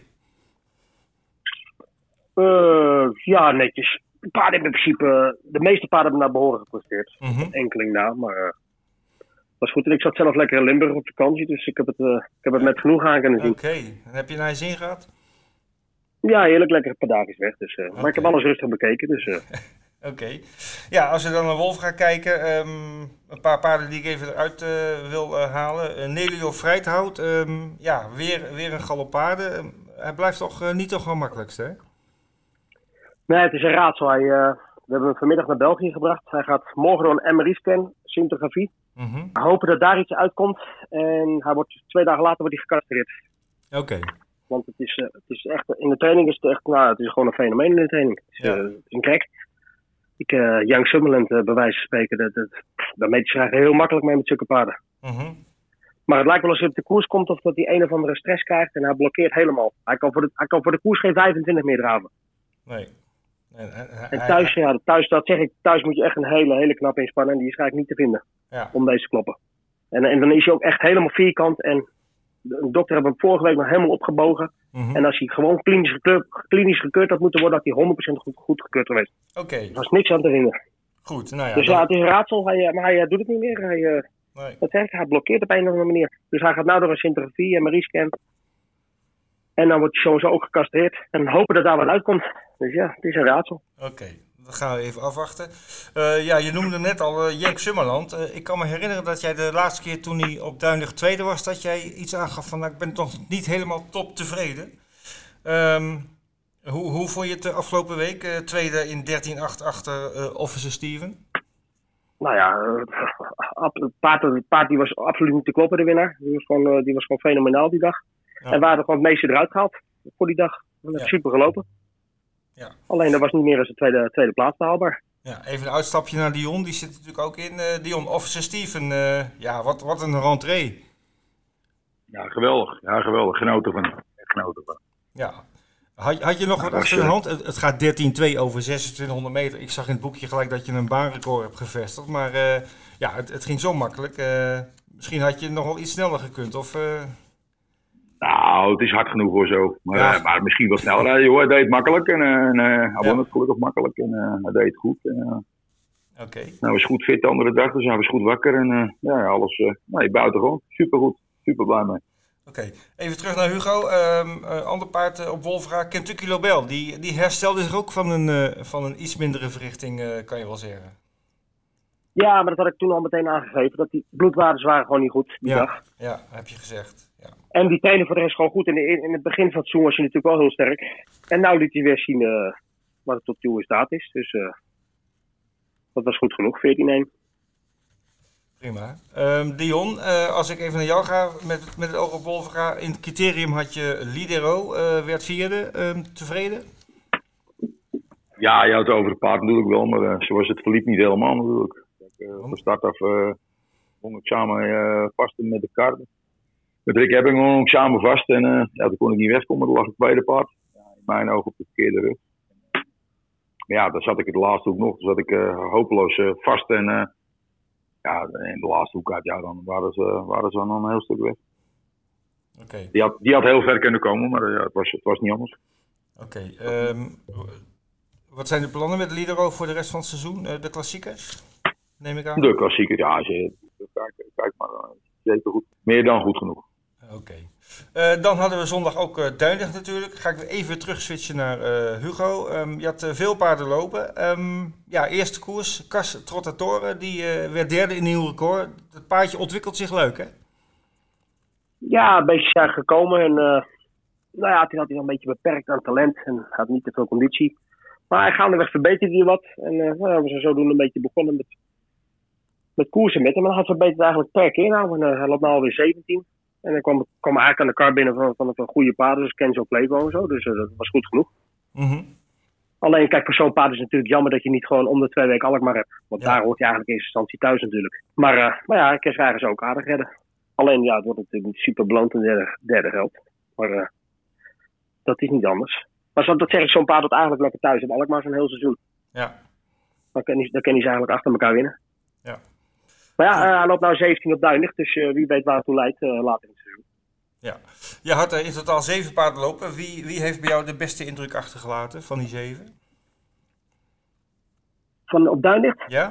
Netjes. De paarden hebben in principe, de meeste paarden hebben naar behoren gepresteerd. Enkeling na, maar was goed. En ik zat zelf lekker in Limburg op vakantie, dus ik heb het met genoeg aan kunnen zien. Oké. En heb je naar je zin gehad? Ja, heerlijk lekker een paar dagen weg. Dus, maar ik heb alles rustig bekeken. Dus, Oké. Ja, als we dan naar Wolf gaan kijken, een paar paarden die ik even eruit wil halen. Nelio Vrijthout, weer een galopade. Hij blijft toch niet toch wel makkelijkst, hè? Nee, het is een raadsel. We hebben hem vanmiddag naar België gebracht. Hij gaat morgen door een MRI-scan, syntografie. We hopen dat daar iets uitkomt. En hij wordt 2 dagen later gecastreerd. Oké. Want het is echt, in de training is het echt, het is gewoon een fenomeen in de training. Het is een crack. Young Summerland, bij wijze van spreken, daar meet je heel makkelijk mee met zulke paarden. Maar het lijkt wel alsof hij op de koers komt of dat hij een of andere stress krijgt en hij blokkeert helemaal. Hij kan voor de koers geen 25 meer draven. Nee. En thuis, dat zeg ik, thuis moet je echt een hele knappe inspannen en die is eigenlijk niet te vinden om deze kloppen. En dan is hij ook echt helemaal vierkant en de dokter heeft hem vorige week nog helemaal opgebogen. En als hij gewoon klinisch gekeurd had moeten worden, had hij 100% goed gekeurd geweest. Oké. Er was niks aan te vinden. Goed, nou ja. Dus het is een raadsel, maar hij doet het niet meer. Hij blokkeert op een of andere manier. Dus hij gaat nou door een syntografie en MRI-scan. En dan wordt hij sowieso ook gecastreerd. En hopen dat daar wat uitkomt. Dus ja, het is een raadsel. Oké, dan gaan we even afwachten. Je noemde net al Jenk Summerland. Ik kan me herinneren dat jij de laatste keer toen hij op Duinlig tweede was, dat jij iets aangaf van, ik ben toch niet helemaal top tevreden. Hoe vond je het de afgelopen week? Tweede in 13-8 achter Officer Steven? Nou ja, het paard die was absoluut niet te kloppen, de winnaar. Die was gewoon fenomenaal die dag. En we hadden gewoon het meeste eruit gehaald voor die dag. We hebben super gelopen. Ja. Alleen dat was niet meer als de tweede plaats haalbaar. Ja, even een uitstapje naar Dion. Die zit natuurlijk ook in. Dion, officer Steven. Wat een rentree. Ja, geweldig. Ja, geweldig. Genoten van. Ja. Had je nog wat achter de hand? Het gaat 13-2 over 2600 meter. Ik zag in het boekje gelijk dat je een baanrecord hebt gevestigd. Maar het ging zo makkelijk. Misschien had je nog wel iets sneller gekund. Of, Nou, het is hard genoeg hoor zo. Maar misschien wel sneller. Hij deed het makkelijk. En hij won het gelukkig makkelijk. En hij deed het goed. Okay. Hij was goed fit de andere dag. Dus hij was goed wakker. En alles buitengewoon. Supergoed. Super blij mee. Oké, even terug naar Hugo. Ander paard op Wolfra, Kentucky Lobel. Die herstelde zich ook van een iets mindere verrichting, kan je wel zeggen. Ja, maar dat had ik toen al meteen aangegeven. Dat die bloedwaardes waren gewoon niet goed die dag. Ja, heb je gezegd. Ja. En die trainen voor de rest gewoon goed. In het begin van het seizoen was hij natuurlijk wel heel sterk. En nou liet hij weer zien wat het tot toe in staat is. Dus dat was goed genoeg, 14-1. Prima. Dion, als ik even naar jou ga met het oog op Wolfra. In het criterium had je Lidero, werd vierde. Tevreden? Ja, je had het over het paard natuurlijk wel, maar zoals het verliep niet helemaal natuurlijk. Van start af hong ik samen vast met de kaarten. Met Rick Ebbing hong ik samen vast en toen kon ik niet wegkomen. Dan lag ik bij de paard. Ja, in mijn ogen op de verkeerde rug. Maar ja, dan zat ik in de laatste hoek nog. Dan zat ik hopeloos vast en in de laatste hoek uit, dan waren ze dan een heel stuk weg. Okay. Die had heel ver kunnen komen, maar het was niet anders. Oké. Wat zijn de plannen met Lidero voor de rest van het seizoen? De klassiekers, neem ik aan? De klassiekers, ja. Kijk maar, zeker goed. Meer dan goed genoeg. Oké. Dan hadden we zondag ook Duindig natuurlijk. Ga ik weer even terug switchen naar Hugo. Je had veel paarden lopen. Eerste koers, Cas Trottatore, die werd derde in een nieuw record. Het paardje ontwikkelt zich leuk, hè? Ja, een beetje gekomen. En toen had hij een beetje beperkt aan talent en had niet te veel conditie. Maar hij gaandeweg verbeterde hij wat. En we zijn zodoende een beetje begonnen met koersen met hem. En hij verbeterde eigenlijk per keer nou. En hij loopt nu alweer 17. En dan kwam eigenlijk aan de kar binnen van een goede paarden, dus Kenzo Playbo en zo. Dus dat was goed genoeg. Mm-hmm. Alleen, kijk, voor zo'n paard is het natuurlijk jammer dat je niet gewoon om de 2 weken Alkmaar hebt. Want daar hoort hij eigenlijk in eerste instantie thuis natuurlijk. Maar ik is eigenlijk ook aardig redden. Alleen, het wordt natuurlijk niet super beloond in derde geld. Maar dat is niet anders. Maar dat zeg ik, zo'n paard dat eigenlijk lekker thuis heeft Alkmaar zo'n heel seizoen. Ja. Dan kan hij ze eigenlijk achter elkaar winnen. Ja. Maar hij loopt nou 17 op Duindig, dus wie weet waar het toe leidt later in het seizoen. Ja. Je had in totaal 7 paarden lopen. Wie heeft bij jou de beste indruk achtergelaten van die 7? Van op Duindig? Ja.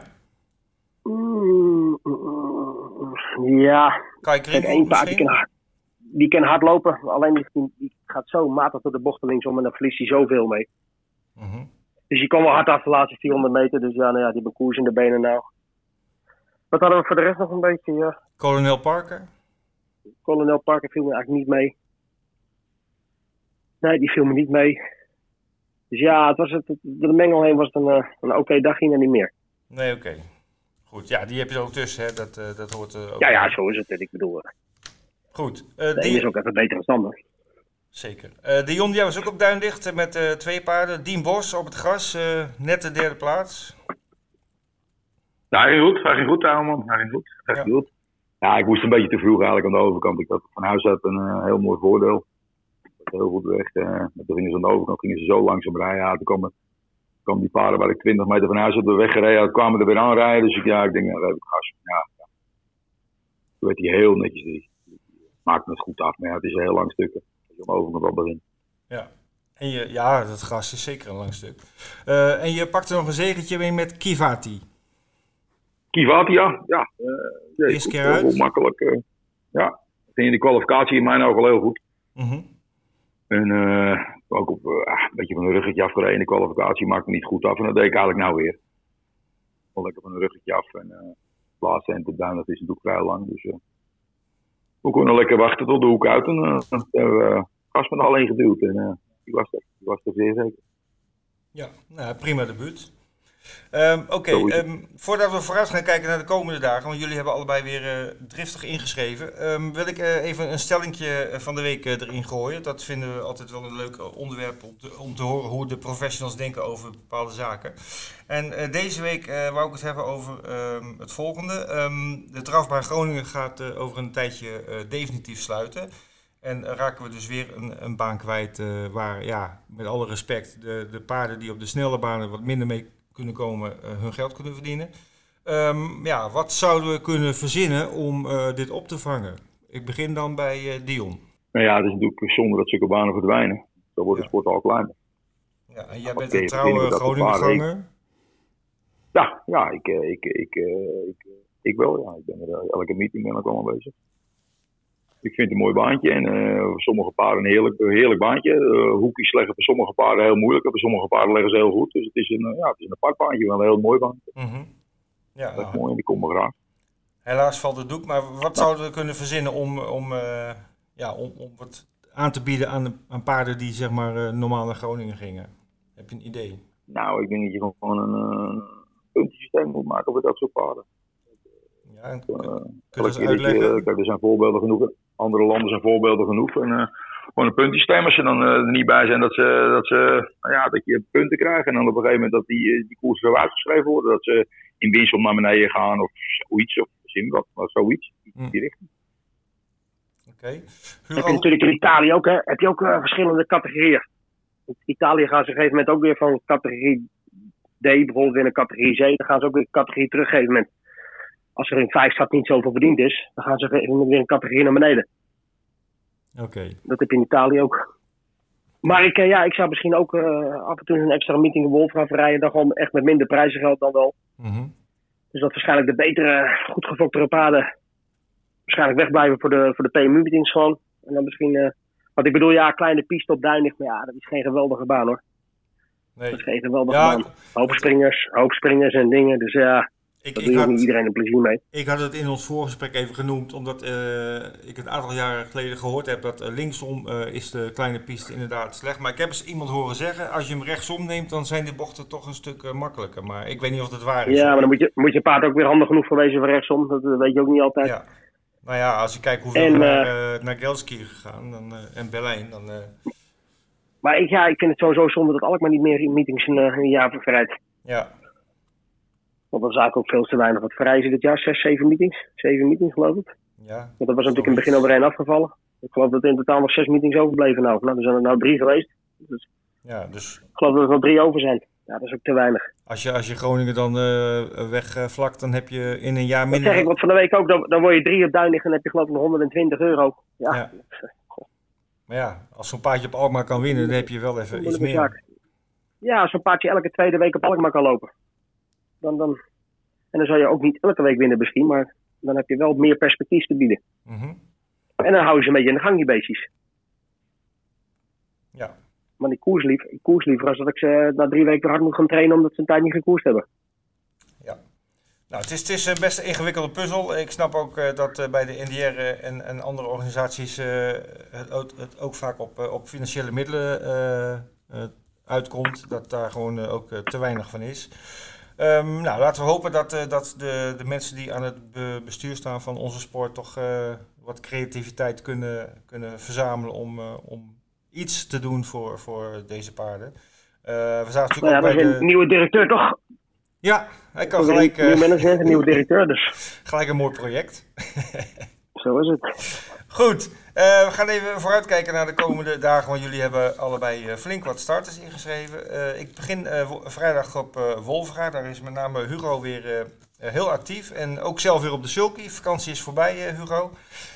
Ja. Kai Kriegel één paard die kan hard lopen, alleen die gaat zo matig door de bochten linksom en dan verliest hij zoveel mee. Mm-hmm. Dus je kon wel hard af de laatste 400 meter, dus die hebben koers in de benen nou. Wat hadden we voor de rest nog een beetje? Ja. Colonel Parker? Colonel Parker viel me eigenlijk niet mee. Nee, die viel me niet mee. Dus ja, de mengel heen was het een oké dagje en niet meer. Nee, oké. Goed, ja, die heb je er ook tussen, hè? Dat hoort ook. Ja, zo is het. Ik bedoel. Goed. Die is ook even beter dan Sander. Zeker. Dion, die was ook op Duindicht met 2 paarden. Dien Bos op het gras, net de derde plaats. Ja, hij ging goed, man. Hij ging goed. Ja, ik moest een beetje te vroeg eigenlijk aan de overkant. Ik had van huis uit een heel mooi voordeel. Heel goed weg. Toen gingen ze aan de overkant zo langzaam rijden. Ja, toen kwamen die paarden waar ik 20 meter van huis uit de weg gereden had, kwamen er weer aanrijden. Dus ik denk, daar heb ik gas. Ja. Toen werd hij heel netjes. Die maakte het goed af. Maar ja, het is een heel lang stuk. Als je aan de overkant al begint. Ja. En dat gras is zeker een lang stuk. En je pakte nog een zegentje mee met Kivati. Kivati, ja. Eerste keer uit. Heel makkelijk. Ging in de kwalificatie in mijn ogen al heel goed. Mm-hmm. En ook op een beetje van een ruggetje afgereden in de kwalificatie. Maakte me niet goed af. En dat deed ik eigenlijk nou weer. Gewoon lekker van een ruggetje af. En het laatste en te duin, dat is natuurlijk vrij lang. Dus we konden lekker wachten tot de hoek uit. En hebben we gas met alleen geduwd. En die was er zeer zeker. Ja, prima debuut. Voordat we vooruit gaan kijken naar de komende dagen, want jullie hebben allebei weer driftig ingeschreven, wil ik even een stellingje van de week erin gooien. Dat vinden we altijd wel een leuk onderwerp om te horen hoe de professionals denken over bepaalde zaken. En deze week wou ik het hebben over het volgende. De Drafbaar Groningen gaat over een tijdje definitief sluiten. En raken we dus weer een baan kwijt waar, met alle respect, de paarden die op de snelle banen wat minder mee kunnen komen, hun geld kunnen verdienen. Wat zouden we kunnen verzinnen om dit op te vangen? Ik begin dan bij Dion. Nou ja, het is natuurlijk zonde dat zulke banen verdwijnen. Dan wordt de sport al kleiner. Ja, en jij bent een trouwe Groningenganger? Ja, ik wel. Ja. Ik ben er elke meeting ben ik allemaal bezig. Ik vind het een mooi baantje en voor sommige paarden een heerlijk baantje. Hoekjes leggen voor sommige paarden heel moeilijk en voor sommige paarden leggen ze heel goed. Dus het is een apart baantje, wel een heel mooi baantje. Mm-hmm. Ja, dat is mooi en die komt me graag. Helaas valt het doek, maar wat zouden we kunnen verzinnen om wat aan te bieden aan paarden die zeg maar normaal naar Groningen gingen? Heb je een idee? Nou, ik denk dat je gewoon een puntensysteem moet maken voor dat soort paarden. Ja, kun je dat uitleggen? Kijk, er zijn voorbeelden genoeg. Andere landen zijn voorbeelden genoeg. En gewoon een puntensysteem, als ze dan er niet bij zijn dat je punten krijgt. En dan op een gegeven moment dat die koersen zo uitgeschreven worden. Dat ze in winst naar beneden gaan of zoiets. Of zoiets. In die richting. Oké. Heb je natuurlijk in Italië ook, hè? Heb je ook verschillende categorieën. In Italië gaan ze op een gegeven moment ook weer van categorie D bijvoorbeeld weer naar categorie C. Dan gaan ze ook weer categorie teruggeven. Als er in 5 stad niet zoveel verdiend is, dan gaan ze weer een categorie naar beneden. Oké. Dat heb je in Italië ook. Maar ik zou misschien ook af en toe een extra meeting in Wolfram rijden. Dan gewoon echt met minder prijzengeld dan wel. Mm-hmm. Dus dat waarschijnlijk de betere, goed gefoktere paarden waarschijnlijk wegblijven voor de PMU-meetings gewoon. En dan misschien, wat ik bedoel, kleine piste op Duinig. Maar dat is geen geweldige baan hoor. Nee. Dat is geen geweldige baan. Hoogspringers en dingen. Dus daar doe niet iedereen een plezier mee. Ik had het in ons voorgesprek even genoemd, omdat ik een aantal jaren geleden gehoord heb dat linksom is de kleine piste inderdaad slecht. Maar ik heb eens iemand horen zeggen, als je hem rechtsom neemt, dan zijn de bochten toch een stuk makkelijker. Maar ik weet niet of dat waar is. Ja, maar dan moet je paard ook weer handig genoeg voor wezen voor rechtsom. Dat weet je ook niet altijd. Ja. Nou ja, als je kijkt hoeveel naar Gelski gegaan en Berlijn, dan... Maar ik vind het sowieso zonde dat Alkmaar niet meer meetings in een jaar verrijdt. Ja. Want dan zou ik ook veel te weinig wat verrijzen dit jaar. 6, 7 meetings. 7 meetings geloof ik. Ja. Want dat was natuurlijk in het begin overheen afgevallen. Ik geloof dat er in totaal nog 6 meetings overbleven nou. Er zijn er nou 3 geweest. Dus ik geloof dat er nog 3 over zijn. Ja, dat is ook te weinig. Als je Groningen dan wegvlakt, dan heb je in een jaar minder... Dat zeg ik, want van de week ook, dan word je 3 op Duinig en dan heb je geloof ik nog €120. Ja. Maar ja, als zo'n paardje op Alkmaar kan winnen, dan heb je wel even iets meer. Ja, als zo'n paardje elke tweede week op Alkmaar kan lopen. En dan zou je ook niet elke week winnen misschien, maar dan heb je wel meer perspectief te bieden. Mm-hmm. En dan hou je ze een beetje in de gang, die beestjes. Ja. Maar ik koers liever als dat ik ze na 3 weken hard moet gaan trainen omdat ze een tijd niet gekoerst hebben. Ja. Nou, het is best een ingewikkelde puzzel. Ik snap ook dat bij de NDR en andere organisaties het ook vaak op financiële middelen uitkomt. Dat daar gewoon ook te weinig van is. Laten we hopen dat de mensen die aan het bestuur staan van onze sport toch wat creativiteit kunnen verzamelen om iets te doen voor deze paarden. We zagen natuurlijk ook bij een nieuwe directeur toch? Ja, hij kan gelijk... Nieuw management, een nieuwe directeur dus. Gelijk een mooi project. Zo is het. Goed, we gaan even vooruitkijken naar de komende dagen, want jullie hebben allebei flink wat starters ingeschreven. Ik begin vrijdag op Wolfra, daar is met name Hugo weer heel actief en ook zelf weer op de sulky. Vakantie is voorbij, Hugo.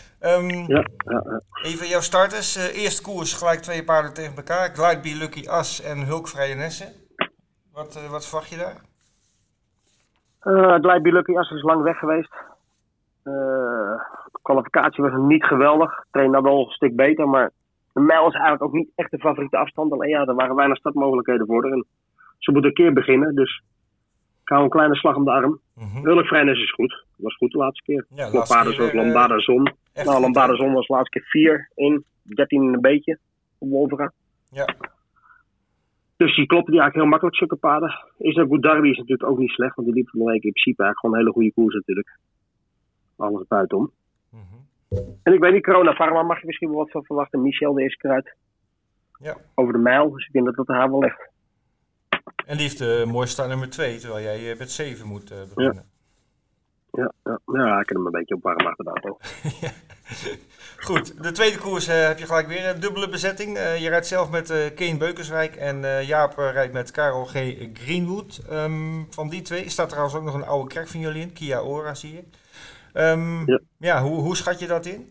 Even jouw starters. Eerste koers, gelijk 2 paarden tegen elkaar. Glide Be Lucky As en Hulkvrije Nessen. Wat verwacht je daar? Glide Be Lucky As is lang weg geweest. De kwalificatie was niet geweldig. Train nou wel een stuk beter, maar de mijl is eigenlijk ook niet echt de favoriete afstand. Alleen er waren weinig startmogelijkheden voor haar. En ze moet een keer beginnen, dus ik hou een kleine slag om de arm. Mm-hmm. Hulkvrijnis is goed. Dat was goed de laatste keer. Ja, voor paarden zoals Lambada Zon. Lambada Zon was de laatste keer 4 in 13 een beetje op Wolvera. Ja. Dus die kloppen die eigenlijk heel makkelijk, zulke paarden. Is ook goed, Darby is natuurlijk ook niet slecht, want die liep van de week in principe eigenlijk gewoon een hele goede koers natuurlijk. Alles buitenom. En ik weet niet, Corona Pharma mag je misschien wel wat van verwachten. Michel de eerste keer uit. Ja. Over de mijl, dus ik denk dat haar wel ligt. En die heeft mooi start nummer 2, terwijl jij met 7 moet beginnen. Ja, ik heb hem een beetje op warm achter de auto. Ja. Goed, de tweede koers heb je gelijk weer een dubbele bezetting. Je rijdt zelf met Keen Beukenswijk en Jaap rijdt met Karel G. Greenwood. Van die twee staat trouwens ook nog een oude kerk van jullie in, Kia Ora zie ik. Hoe schat je dat in?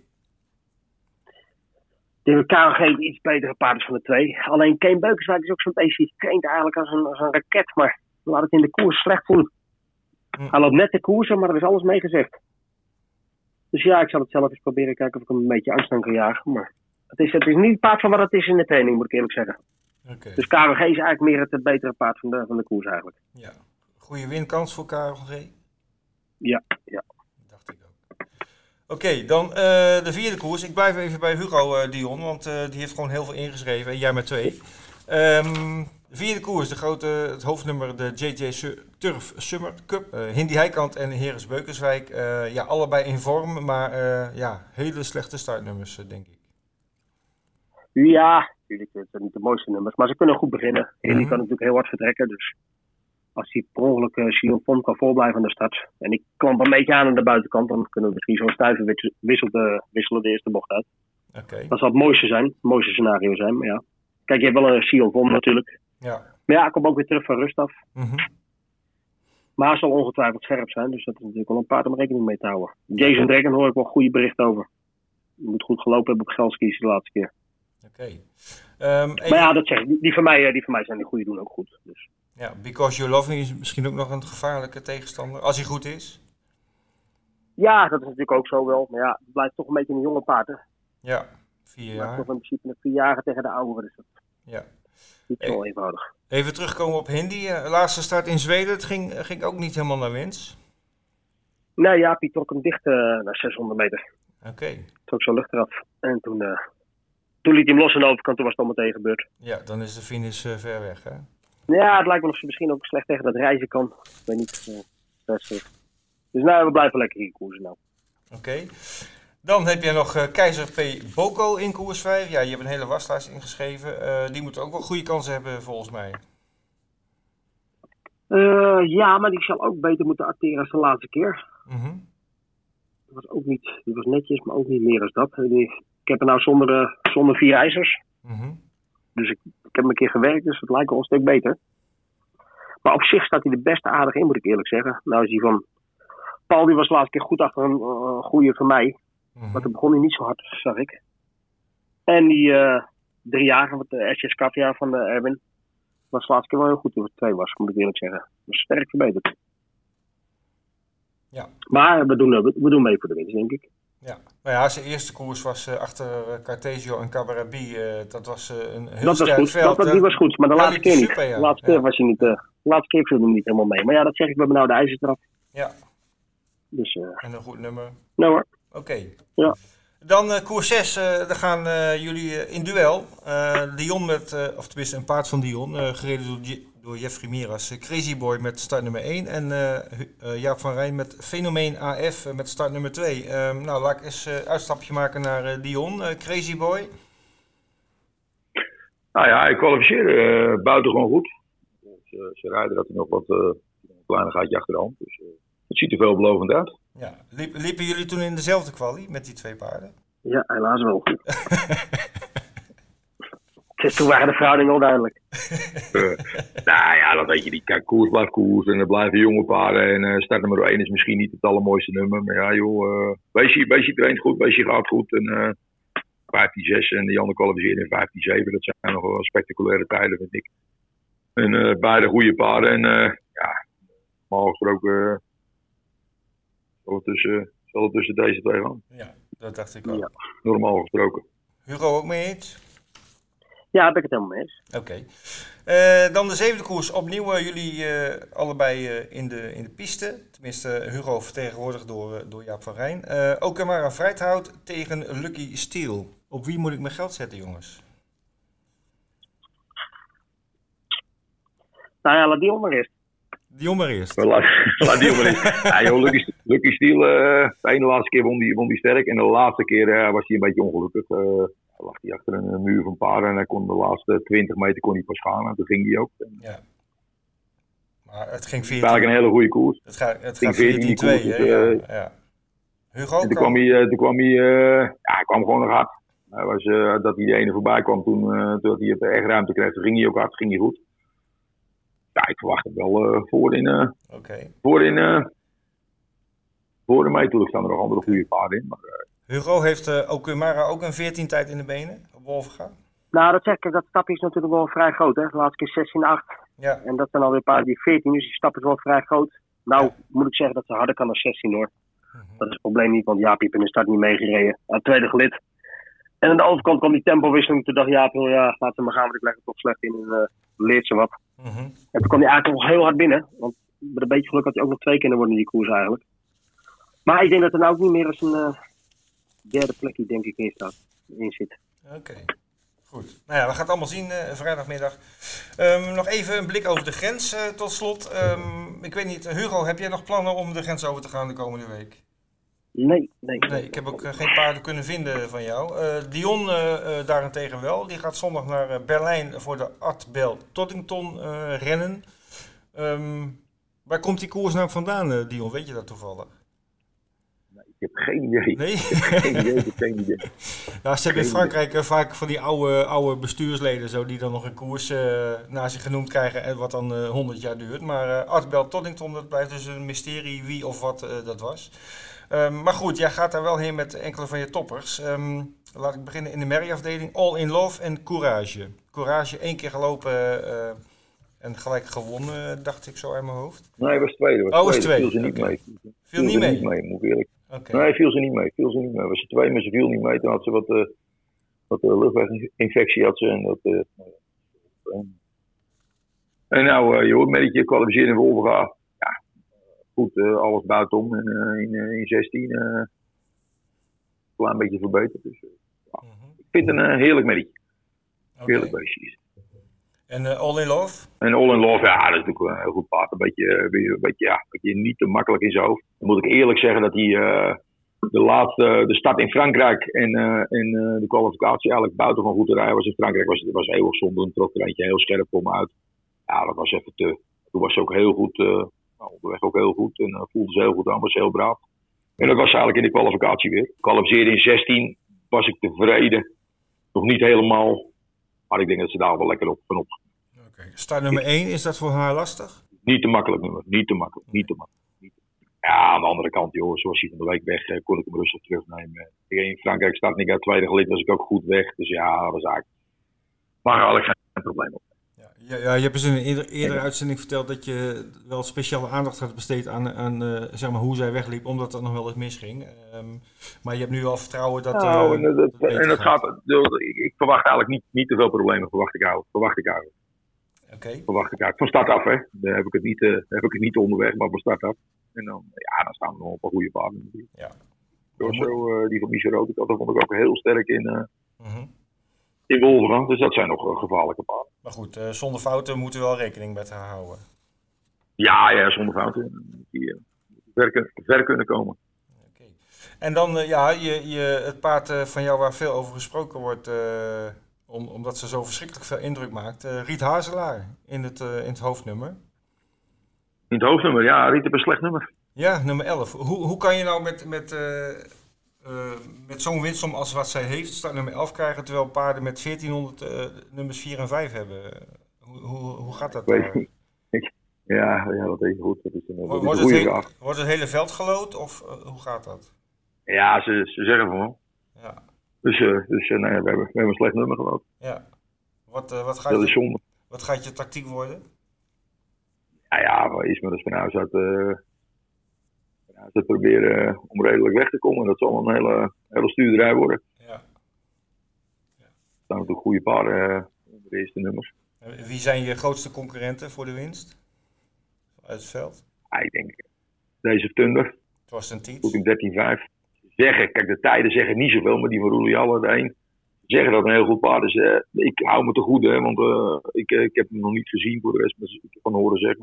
Ik denk dat KNG iets betere paard is van de twee. Alleen Keen Beukenswijk is ook zo'n beestje. Die traint eigenlijk als een raket, maar laat het in de koers slecht voelen. Hij loopt net de koersen, maar er is alles mee gezegd. Dus ja, ik zal het zelf eens proberen. Kijken of ik hem een beetje angst aan kan jagen. Maar het is niet het paard van wat het is in de training, moet ik eerlijk zeggen. Okay. Dus KNG is eigenlijk meer het betere paard van de koers eigenlijk. Ja. Goede winkans voor KNG? Ja. Dacht ik ook. Oké, dan de vierde koers. Ik blijf even bij Hugo Dion, want die heeft gewoon heel veel ingeschreven. En jij met 2. De vierde koers, het hoofdnummer, de JJ Turf Summer Cup. Hindi Heikant en Heres Beukenswijk. Allebei in vorm, maar hele slechte startnummers, denk ik. Ja, natuurlijk. Het zijn niet de mooiste nummers, maar ze kunnen goed beginnen. Hindi kan natuurlijk heel hard vertrekken, dus als hij per ongeluk Sion Font kan voorblijven aan de start. En ik klamp een beetje aan de buitenkant, dan kunnen we misschien zo'n stuiver wisselen de eerste bocht uit. Okay. Dat zal het mooiste zijn, het mooiste scenario zijn, maar ja. Kijk, je hebt wel een Sion Font natuurlijk. Ja. Maar ja, ik kom ook weer terug van rust af. Maar hij zal ongetwijfeld scherp zijn, dus dat is natuurlijk wel een paard om rekening mee te houden. Jason Dragon hoor ik wel goede berichten over. Je moet goed gelopen hebben op Gelskies de laatste keer. Oké. Maar ja, dat zeg ik. Die van mij zijn die goede doen ook goed. Dus. Ja, Because You Love Me is misschien ook nog een gevaarlijke tegenstander, als hij goed is. Ja, dat is natuurlijk ook zo wel. Maar ja, het blijft toch een beetje een jonge paard, hè. Ja, 4 jaar. Maar toch in principe een 4-jarige tegen de ouderen, dus dat ja. niet zo eenvoudig. Even terugkomen op Hindi. Laatste start in Zweden, het ging ook niet helemaal naar wens. Nee, ja, Piet trok hem dicht naar 600 meter. Oké. Trok zo lucht eraf. En toen liet hij hem los aan de overkant, toen was het al meteen gebeurd. Ja, dan is de finish ver weg, hè? Ja, het lijkt me of ze misschien ook slecht tegen dat reizen kan. Ik weet niet. Dus we blijven lekker hier koersen nou. Oké. Dan heb je nog Keizer P. Boko in koers 5. Ja, je hebt een hele waslijst ingeschreven. Die moet ook wel goede kansen hebben, volgens mij. Ja, maar die zal ook beter moeten acteren als de laatste keer. Dat was ook niet, die was netjes, maar ook niet meer dan dat. Ik heb er nou zonder 4 ijzers. Dus ik heb hem een keer gewerkt, dus het lijkt wel een stuk beter. Maar op zich staat hij er best aardig in, moet ik eerlijk zeggen. Nou is die van Paul, die was de laatste keer goed achter een goede van mij. Maar toen begon hij niet zo hard, zag ik. En die 3-jarige, de SS Cavia van de Erwin, was de laatste keer wel heel goed toen het 2 was, moet ik eerlijk zeggen. Was sterk verbeterd. Ja. Maar we doen mee voor de winst, denk ik. Ja, nou ja, zijn eerste koers was achter Cartesio en Cabaret B. Dat was een heel dat sterk was goed. veld. Die was goed, maar de laatste keer niet. Super, ja. De laatste keer was hij niet. De laatste keer viel hij niet helemaal mee. Maar ja, dat zeg ik, we hebben nou de ijzers eraf. Ja. Dus, en een goed nummer. Nou hoor. Oké. Ja. Dan koers 6, daar gaan jullie in duel. Dion met, of tenminste een paard van Dion, gereden door Jeffrey Miras. Crazy Boy met start nummer 1 en Jaap van Rijn met Fenomeen AF met start nummer 2. Nou, laat ik eens een uitstapje maken naar Dion. Crazy Boy. Nou ja, hij kwalificeerde buitengewoon goed. Ze rijden dat hij nog wat een kleine gaatje achter de hand. Dus het ziet er veelbelovend uit. Ja. Liepen jullie toen in dezelfde kwalie met die 2 paarden? Ja, helaas wel. Toen waren de verhoudingen al duidelijk. Nou ja, dat weet je niet. Kijk, koers blijft koers en er blijven jonge paarden. En start nummer 1 is misschien niet het allermooiste nummer. Maar ja joh, wees je traint goed, wees je gaat goed. En 15-6 en die andere kwalificeren in 15-7. Dat zijn nog wel spectaculaire tijden, vind ik. En beide goede paarden. En ja, normaal gesproken zal het tussen deze 2 gaan. Ja, dat dacht ik ook. Ja. Normaal gesproken. Hugo ook mee eens? Ja, daar ben ik het helemaal mee eens. Oké. Dan de 7e koers. Opnieuw jullie allebei in de piste. Tenminste, Hugo vertegenwoordigd door Jaap van Rijn. Okamara Vrijthout tegen Lucky Steel. Op wie moet ik mijn geld zetten, jongens? Nou ja, laat Dion maar eerst. Dion maar eerst. Laat Dion maar eerst. Ja, joh, Lucky Stiel, de ene laatste keer won die sterk. En de laatste keer was hij een beetje ongelukkig. Lag hij achter een muur van paarden en hij kon de laatste 20 meter pas gaan. En toen ging hij ook. Ja. Maar het ging 14. Het is eigenlijk een hele goede koers. Het gaat 14-2, ja. Hugo? En toen kwam hij, hij kwam gewoon nog hard. Dat hij de ene voorbij kwam toen hij echt ruimte kreeg. Toen ging hij ook hard, ging hij goed. Ja, ik verwacht het wel voor de mij. Toen staan er nog andere goede paarden in. Maar, Hugo, heeft Okumara ook een 14 tijd in de benen op Wolvenga? Nou, dat zeg ik, dat stapje is natuurlijk wel vrij groot. Hè? De laatste keer 16-8. Ja. En dat zijn alweer paarden die 14, dus die stap is wel vrij groot. Nou, moet ik zeggen dat ze harder kan dan 16 hoor. Dat is het probleem niet, want Jaap heeft in de start niet meegereden. Aan het tweede gelid. En aan de overkant kwam die tempowisseling. Toen dacht Jaap, laten we maar gaan, want ik leg het toch slecht in en leert ze wat. En toen kwam hij eigenlijk nog heel hard binnen. Want met een beetje geluk had hij ook nog 2 kunnen worden in die koers eigenlijk. Maar ik denk dat er nou ook niet meer als een derde plekje, denk ik, in zit. Oké. Goed. Nou ja, we gaan het allemaal zien vrijdagmiddag. Nog even een blik over de grens tot slot. Ik weet niet, Hugo, heb jij nog plannen om de grens over te gaan de komende week? Nee. Ik heb ook geen paarden kunnen vinden van jou. Dion daarentegen wel. Die gaat zondag naar Berlijn voor de Art Bell Toddington rennen. Waar komt die koers nou vandaan, Dion? Weet je dat toevallig? Ik heb geen idee. Nee? Geen idee. Ja, ze hebben in Frankrijk vaak van die oude bestuursleden zo, die dan nog een koers naar zich genoemd krijgen en wat dan 100 jaar duurt. Maar Art Bell Toddington, dat blijft dus een mysterie wie of wat dat was. Maar goed, jij gaat daar wel heen met enkele van je toppers. Laat ik beginnen in de merrieafdeling. All in Love en Courage. Courage 1 keer gelopen en gelijk gewonnen, dacht ik zo uit mijn hoofd. Nee, hij was tweede. Was tweede. Viel ze niet mee. Viel niet mee? Moet ik eerlijk. Okay. Nee, viel ze niet mee. Was ze tweede, maar ze viel niet mee. Toen had ze wat luchtweginfectie had ze. En nou, je hoort met je kwalificeren in Wolvenga. Ja, goed, alles buitenom. En in 16 een klein beetje verbeterd. Dus, ik vind het een heerlijk merrie. Heerlijk beestje. En All in Love? En All in Love, ja, dat is natuurlijk een heel goed paard. Een beetje niet te makkelijk in zijn hoofd. Dan moet ik eerlijk zeggen dat hij de start in Frankrijk en de kwalificatie eigenlijk buitengewoon goed te rijden was. In Frankrijk was eeuwig zonde, een trok er eentje heel scherp voor me uit. Ja, dat was even te. Toen was ze ook heel goed, onderweg ook heel goed en voelde ze heel goed aan, was heel braaf. En dat was eigenlijk in de kwalificatie weer. Kwalificeerde in 16, was ik tevreden. Nog niet helemaal. Maar ik denk dat ze daar wel lekker van op. Okay. Start nummer 1, is dat voor haar lastig? Niet te makkelijk nummer. Niet te makkelijk. Ja, aan de andere kant, joh, zoals hij van de week weg, kon ik hem rustig terugnemen. In Frankrijk start ik uit tweede gelid, was ik ook goed weg. Dus ja, dat was eigenlijk. Maar eigenlijk geen probleem op. Ja, je hebt eens in een eerdere uitzending verteld dat je wel speciale aandacht had besteed aan zeg maar hoe zij wegliep, omdat dat nog wel eens misging. Maar je hebt nu al vertrouwen dat. Dat gaat. Ik verwacht eigenlijk niet te veel problemen. Verwacht ik eigenlijk. Okay. Verwacht ik eigenlijk. Van start af, hè? Daar heb ik het niet onderweg, maar van start af. En dan staan we nog op een goede paarden. Ja. Die van Michel Rood, dat vond ik ook heel sterk in. In Wolvenga, dus dat zijn nog gevaarlijke paarden. Maar goed, zonder fouten moeten we wel rekening met haar houden. Ja, zonder fouten. Die ver kunnen komen. Okay. En dan, het paard van jou waar veel over gesproken wordt, omdat ze zo verschrikkelijk veel indruk maakt. Riet Hazelaar in het hoofdnummer. In het hoofdnummer, ja, Riet heeft een slecht nummer. Ja, nummer 11. Hoe kan je nou met zo'n winstsom als wat zij heeft, start nummer 11 krijgen, terwijl paarden met 1400 nummers 4 en 5 hebben? Hoe gaat dat? Ja, dat weet je goed. Dat is wordt het hele veld gelood of hoe gaat dat? Ja, ze zeggen van wel. Ja. Dus we hebben een slecht nummer gelood. Ja. Wat dat is zonde. Wat gaat je tactiek worden? Maar iets met het van huis uit proberen om redelijk weg te komen. Dat zal een hele stuurderij worden. Ja. Er staan natuurlijk goede paarden onder de eerste nummers. Wie zijn je grootste concurrenten voor de winst? Uit het veld? Ik denk deze Thunder. Het was een tiet. Goed in 13-5. Kijk, de tijden zeggen niet zoveel, maar die van Roelialle de een zeggen dat een heel goed paard is. Ik hou me te goed, hè, want ik heb hem nog niet gezien voor de rest, maar ik heb van horen zeggen.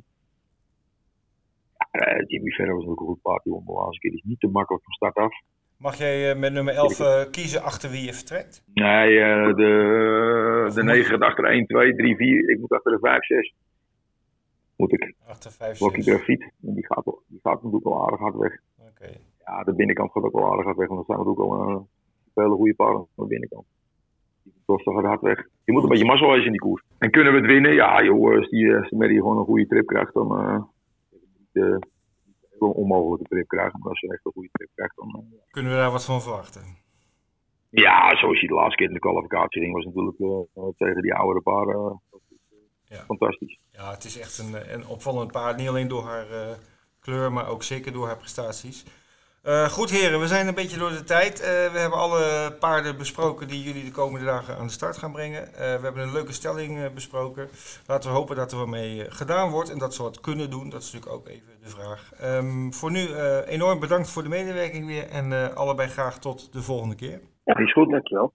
Jimmy Ferrer was ook een goed paard, die won de laatste keer. Die is niet te makkelijk van start af. Mag jij met nummer 11 kiezen achter wie je vertrekt? Nee, de 9 gaat achter 1, 2, 3, 4. Ik moet achter de 5, 6. Moet ik. Achter 5, 6. Rocky Grafiet. Die gaat natuurlijk wel aardig hard weg. Okay. Ja, de binnenkant gaat ook wel aardig hard weg. Want er staan natuurlijk al hele goede paarden aan de binnenkant. Die gaat hard weg. Je moet een beetje mazzel wezen in die koers. En kunnen we het winnen? Ja, joh, als de Merrie gewoon een goede trip krijgt, dan... een onmogelijke trip krijgen, maar als je echt een goede trip krijgt, dan... Kunnen we daar wat van verwachten? Ja, zoals je de laatste keer in de kwalificatie ging, was natuurlijk tegen die oudere paarden fantastisch. Ja, het is echt een opvallend paard, niet alleen door haar kleur, maar ook zeker door haar prestaties. Goed heren, we zijn een beetje door de tijd. We hebben alle paarden besproken die jullie de komende dagen aan de start gaan brengen. We hebben een leuke stelling besproken. Laten we hopen dat er wat mee gedaan wordt en dat ze wat kunnen doen. Dat is natuurlijk ook even de vraag. Voor nu enorm bedankt voor de medewerking weer en allebei graag tot de volgende keer. Ja, is goed, dankjewel.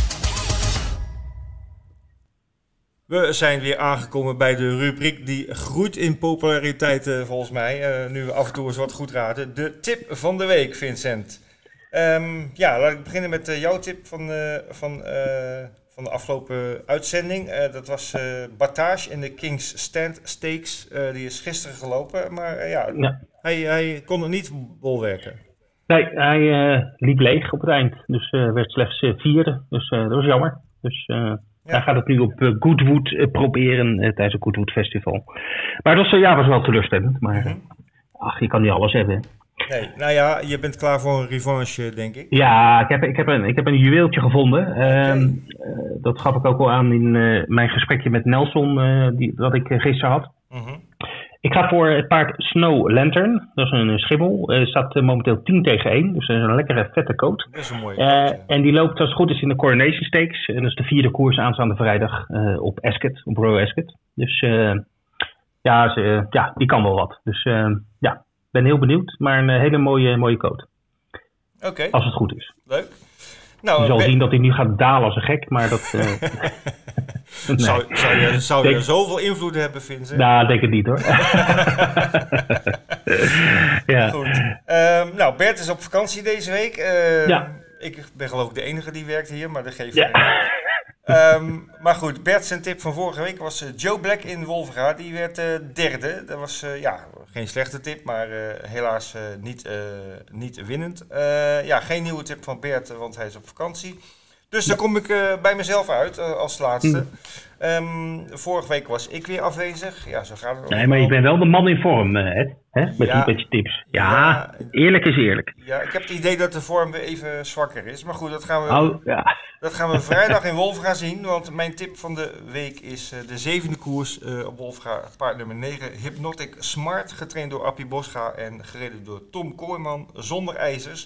We zijn weer aangekomen bij de rubriek die groeit in populariteit volgens mij. Nu we af en toe eens wat goed raden. De tip van de week, Vincent. Laat ik beginnen met jouw tip van de afgelopen uitzending. Dat was Battage in de King's Stand Stakes. Die is gisteren gelopen, maar hij kon het niet bolwerken. Nee, hij liep leeg op het eind. Dus werd slechts vierde. Dus dat was jammer. Dus... Hij gaat het nu op Goodwood proberen tijdens het Goodwood Festival. Maar dat was wel teleurstellend. Maar je kan niet alles hebben. Nee, nou ja, je bent klaar voor een revanche, denk ik. Ja, ik heb een juweeltje gevonden. Dat gaf ik ook al aan in mijn gesprekje met Nelson dat ik gisteren had. Ik ga voor het paard Snow Lantern. Dat is een schimmel. Staat momenteel 10-1. Dus dat is een lekkere vette coat. Dat is een mooie coat, en die loopt als het goed is in de Coronation Stakes. En dat is de 4e koers aanstaande vrijdag op Ascot, op Royal Ascot. Dus die kan wel wat. Dus ben heel benieuwd. Maar een hele mooie coat. Oké. Als het goed is. Leuk. Nou, je zal zien dat hij nu gaat dalen als een gek, maar dat... nee. Zou je zoveel invloed hebben, Vincent? Nou, denk het niet hoor. Ja. Goed. Bert is op vakantie deze week. Ik ben geloof ik de enige die werkt hier, maar dat geeft niet. Maar goed, Bert zijn tip van vorige week was Joe Black in Wolvera. Die werd derde. Dat was geen slechte tip, maar helaas niet winnend. Geen nieuwe tip van Bert, want hij is op vakantie. Dus dan kom ik bij mezelf uit als laatste. Vorige week was ik weer afwezig. Ja, zo gaat het ook. Nee, maar je bent wel de man in vorm, Ed. Met je tips. Ja, eerlijk is eerlijk. Ja, ik heb het idee dat de vorm weer even zwakker is. Maar goed, dat gaan we vrijdag in Wolvera zien. Want mijn tip van de week is de 7e koers op Wolvera. Paard nummer 9, Hypnotic Smart. Getraind door Appie Bosga en gereden door Tom Kooijman zonder ijzers.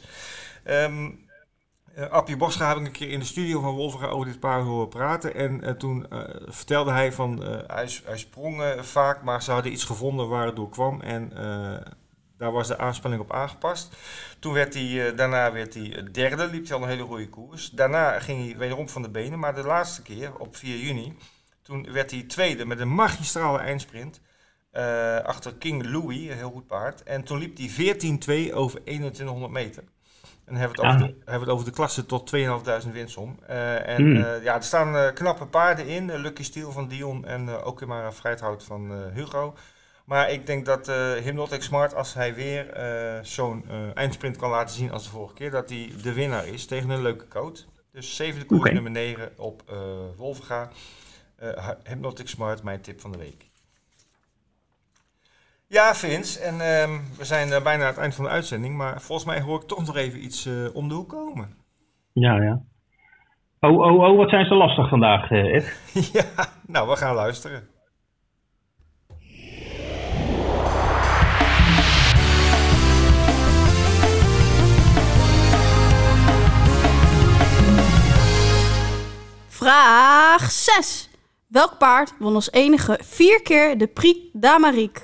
Appie Bosga heb ik een keer in de studio van Wolvera over dit paard horen praten. En toen vertelde hij van, hij sprong vaak, maar ze hadden iets gevonden waar het door kwam. En daar was de aanspanning op aangepast. Toen daarna werd hij derde, liep hij al een hele goede koers. Daarna ging hij wederom van de benen, maar de laatste keer, op 4 juni, toen werd hij tweede met een magistrale eindsprint. Achter King Louis, een heel goed paard. En toen liep hij 14-2 over 2100 meter. En dan hebben we het over de klasse tot 2.500 winstsom. Er staan knappe paarden in. Lucky Steel van Dion en Okimara Vrijthout van Hugo. Maar ik denk dat Hypnotic Smart, als hij weer zo'n eindsprint kan laten zien als de vorige keer, dat hij de winnaar is tegen een leuke coat. Dus 7e koers nummer 9 op Wolvega. Hypnotic Smart, mijn tip van de week. Ja, Vince, en we zijn bijna aan het eind van de uitzending, maar volgens mij hoor ik toch nog even iets om de hoek komen. Ja. Oh, wat zijn ze lastig vandaag, Ed? Ja, nou, we gaan luisteren. Vraag 6. Welk paard won als enige 4 keer de Prix d'Amérique?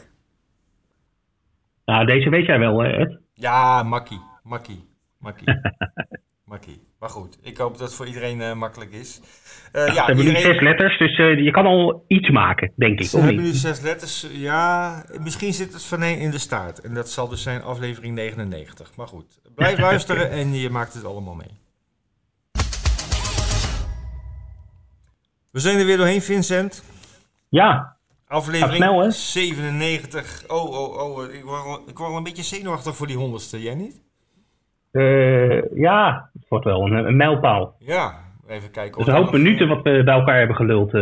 Nou, deze weet jij wel, Ed. Ja, Makkie. Maar goed, ik hoop dat het voor iedereen makkelijk is. Ze hebben nu 6 letters, dus je kan al iets maken, denk ik. Ze hebben nu 6 letters. Ja, misschien zit het van één in de staart. En dat zal dus zijn aflevering 99. Maar goed, blijf luisteren en je maakt het allemaal mee. We zijn er weer doorheen, Vincent. Ja. Aflevering snel, hè? 97. Ik word al een beetje zenuwachtig voor die 100ste. Jij niet? Ja, het wordt wel een mijlpaal. Ja, even kijken. Dus een hoop minuten wat we bij elkaar hebben geluld.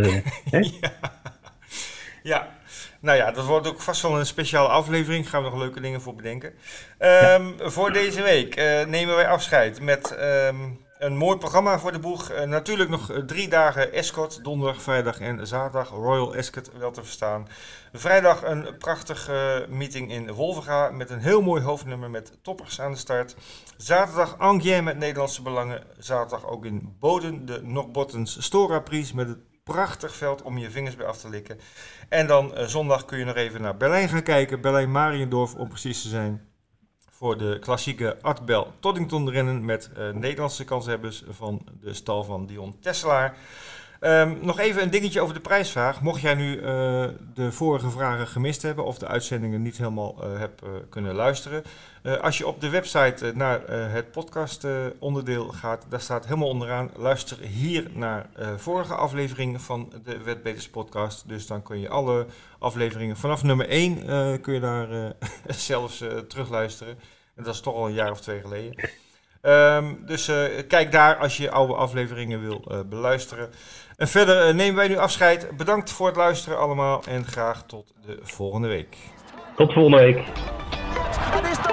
Ja. Nou ja, dat wordt ook vast wel een speciale aflevering. Daar gaan we nog leuke dingen voor bedenken. Voor deze week nemen wij afscheid met een mooi programma voor de boeg. Natuurlijk nog 3 dagen Ascot, donderdag, vrijdag en zaterdag. Royal Ascot wel te verstaan. Vrijdag een prachtige meeting in Wolvenga met een heel mooi hoofdnummer met toppers aan de start. Zaterdag Enghien met Nederlandse belangen. Zaterdag ook in Boden de Nogbottens Stora Pries met het prachtig veld om je vingers bij af te likken. En dan zondag kun je nog even naar Berlijn gaan kijken. Berlijn-Mariendorf om precies te zijn. Voor de klassieke Adbel Toddington rennen met Nederlandse kanshebbers van de stal van Dion Tesselaar. Nog even een dingetje over de prijsvraag. Mocht jij nu de vorige vragen gemist hebben of de uitzendingen niet helemaal hebt kunnen luisteren. Als je op de website naar het podcast onderdeel gaat, daar staat helemaal onderaan. Luister hier naar vorige afleveringen van de Wetbeters podcast. Dus dan kun je alle afleveringen vanaf nummer 1 kun je daar zelfs terugluisteren. En dat is toch al een jaar of 2 geleden. Dus kijk daar als je oude afleveringen wil beluisteren. En verder nemen wij nu afscheid. Bedankt voor het luisteren allemaal en graag tot de volgende week. Tot volgende week.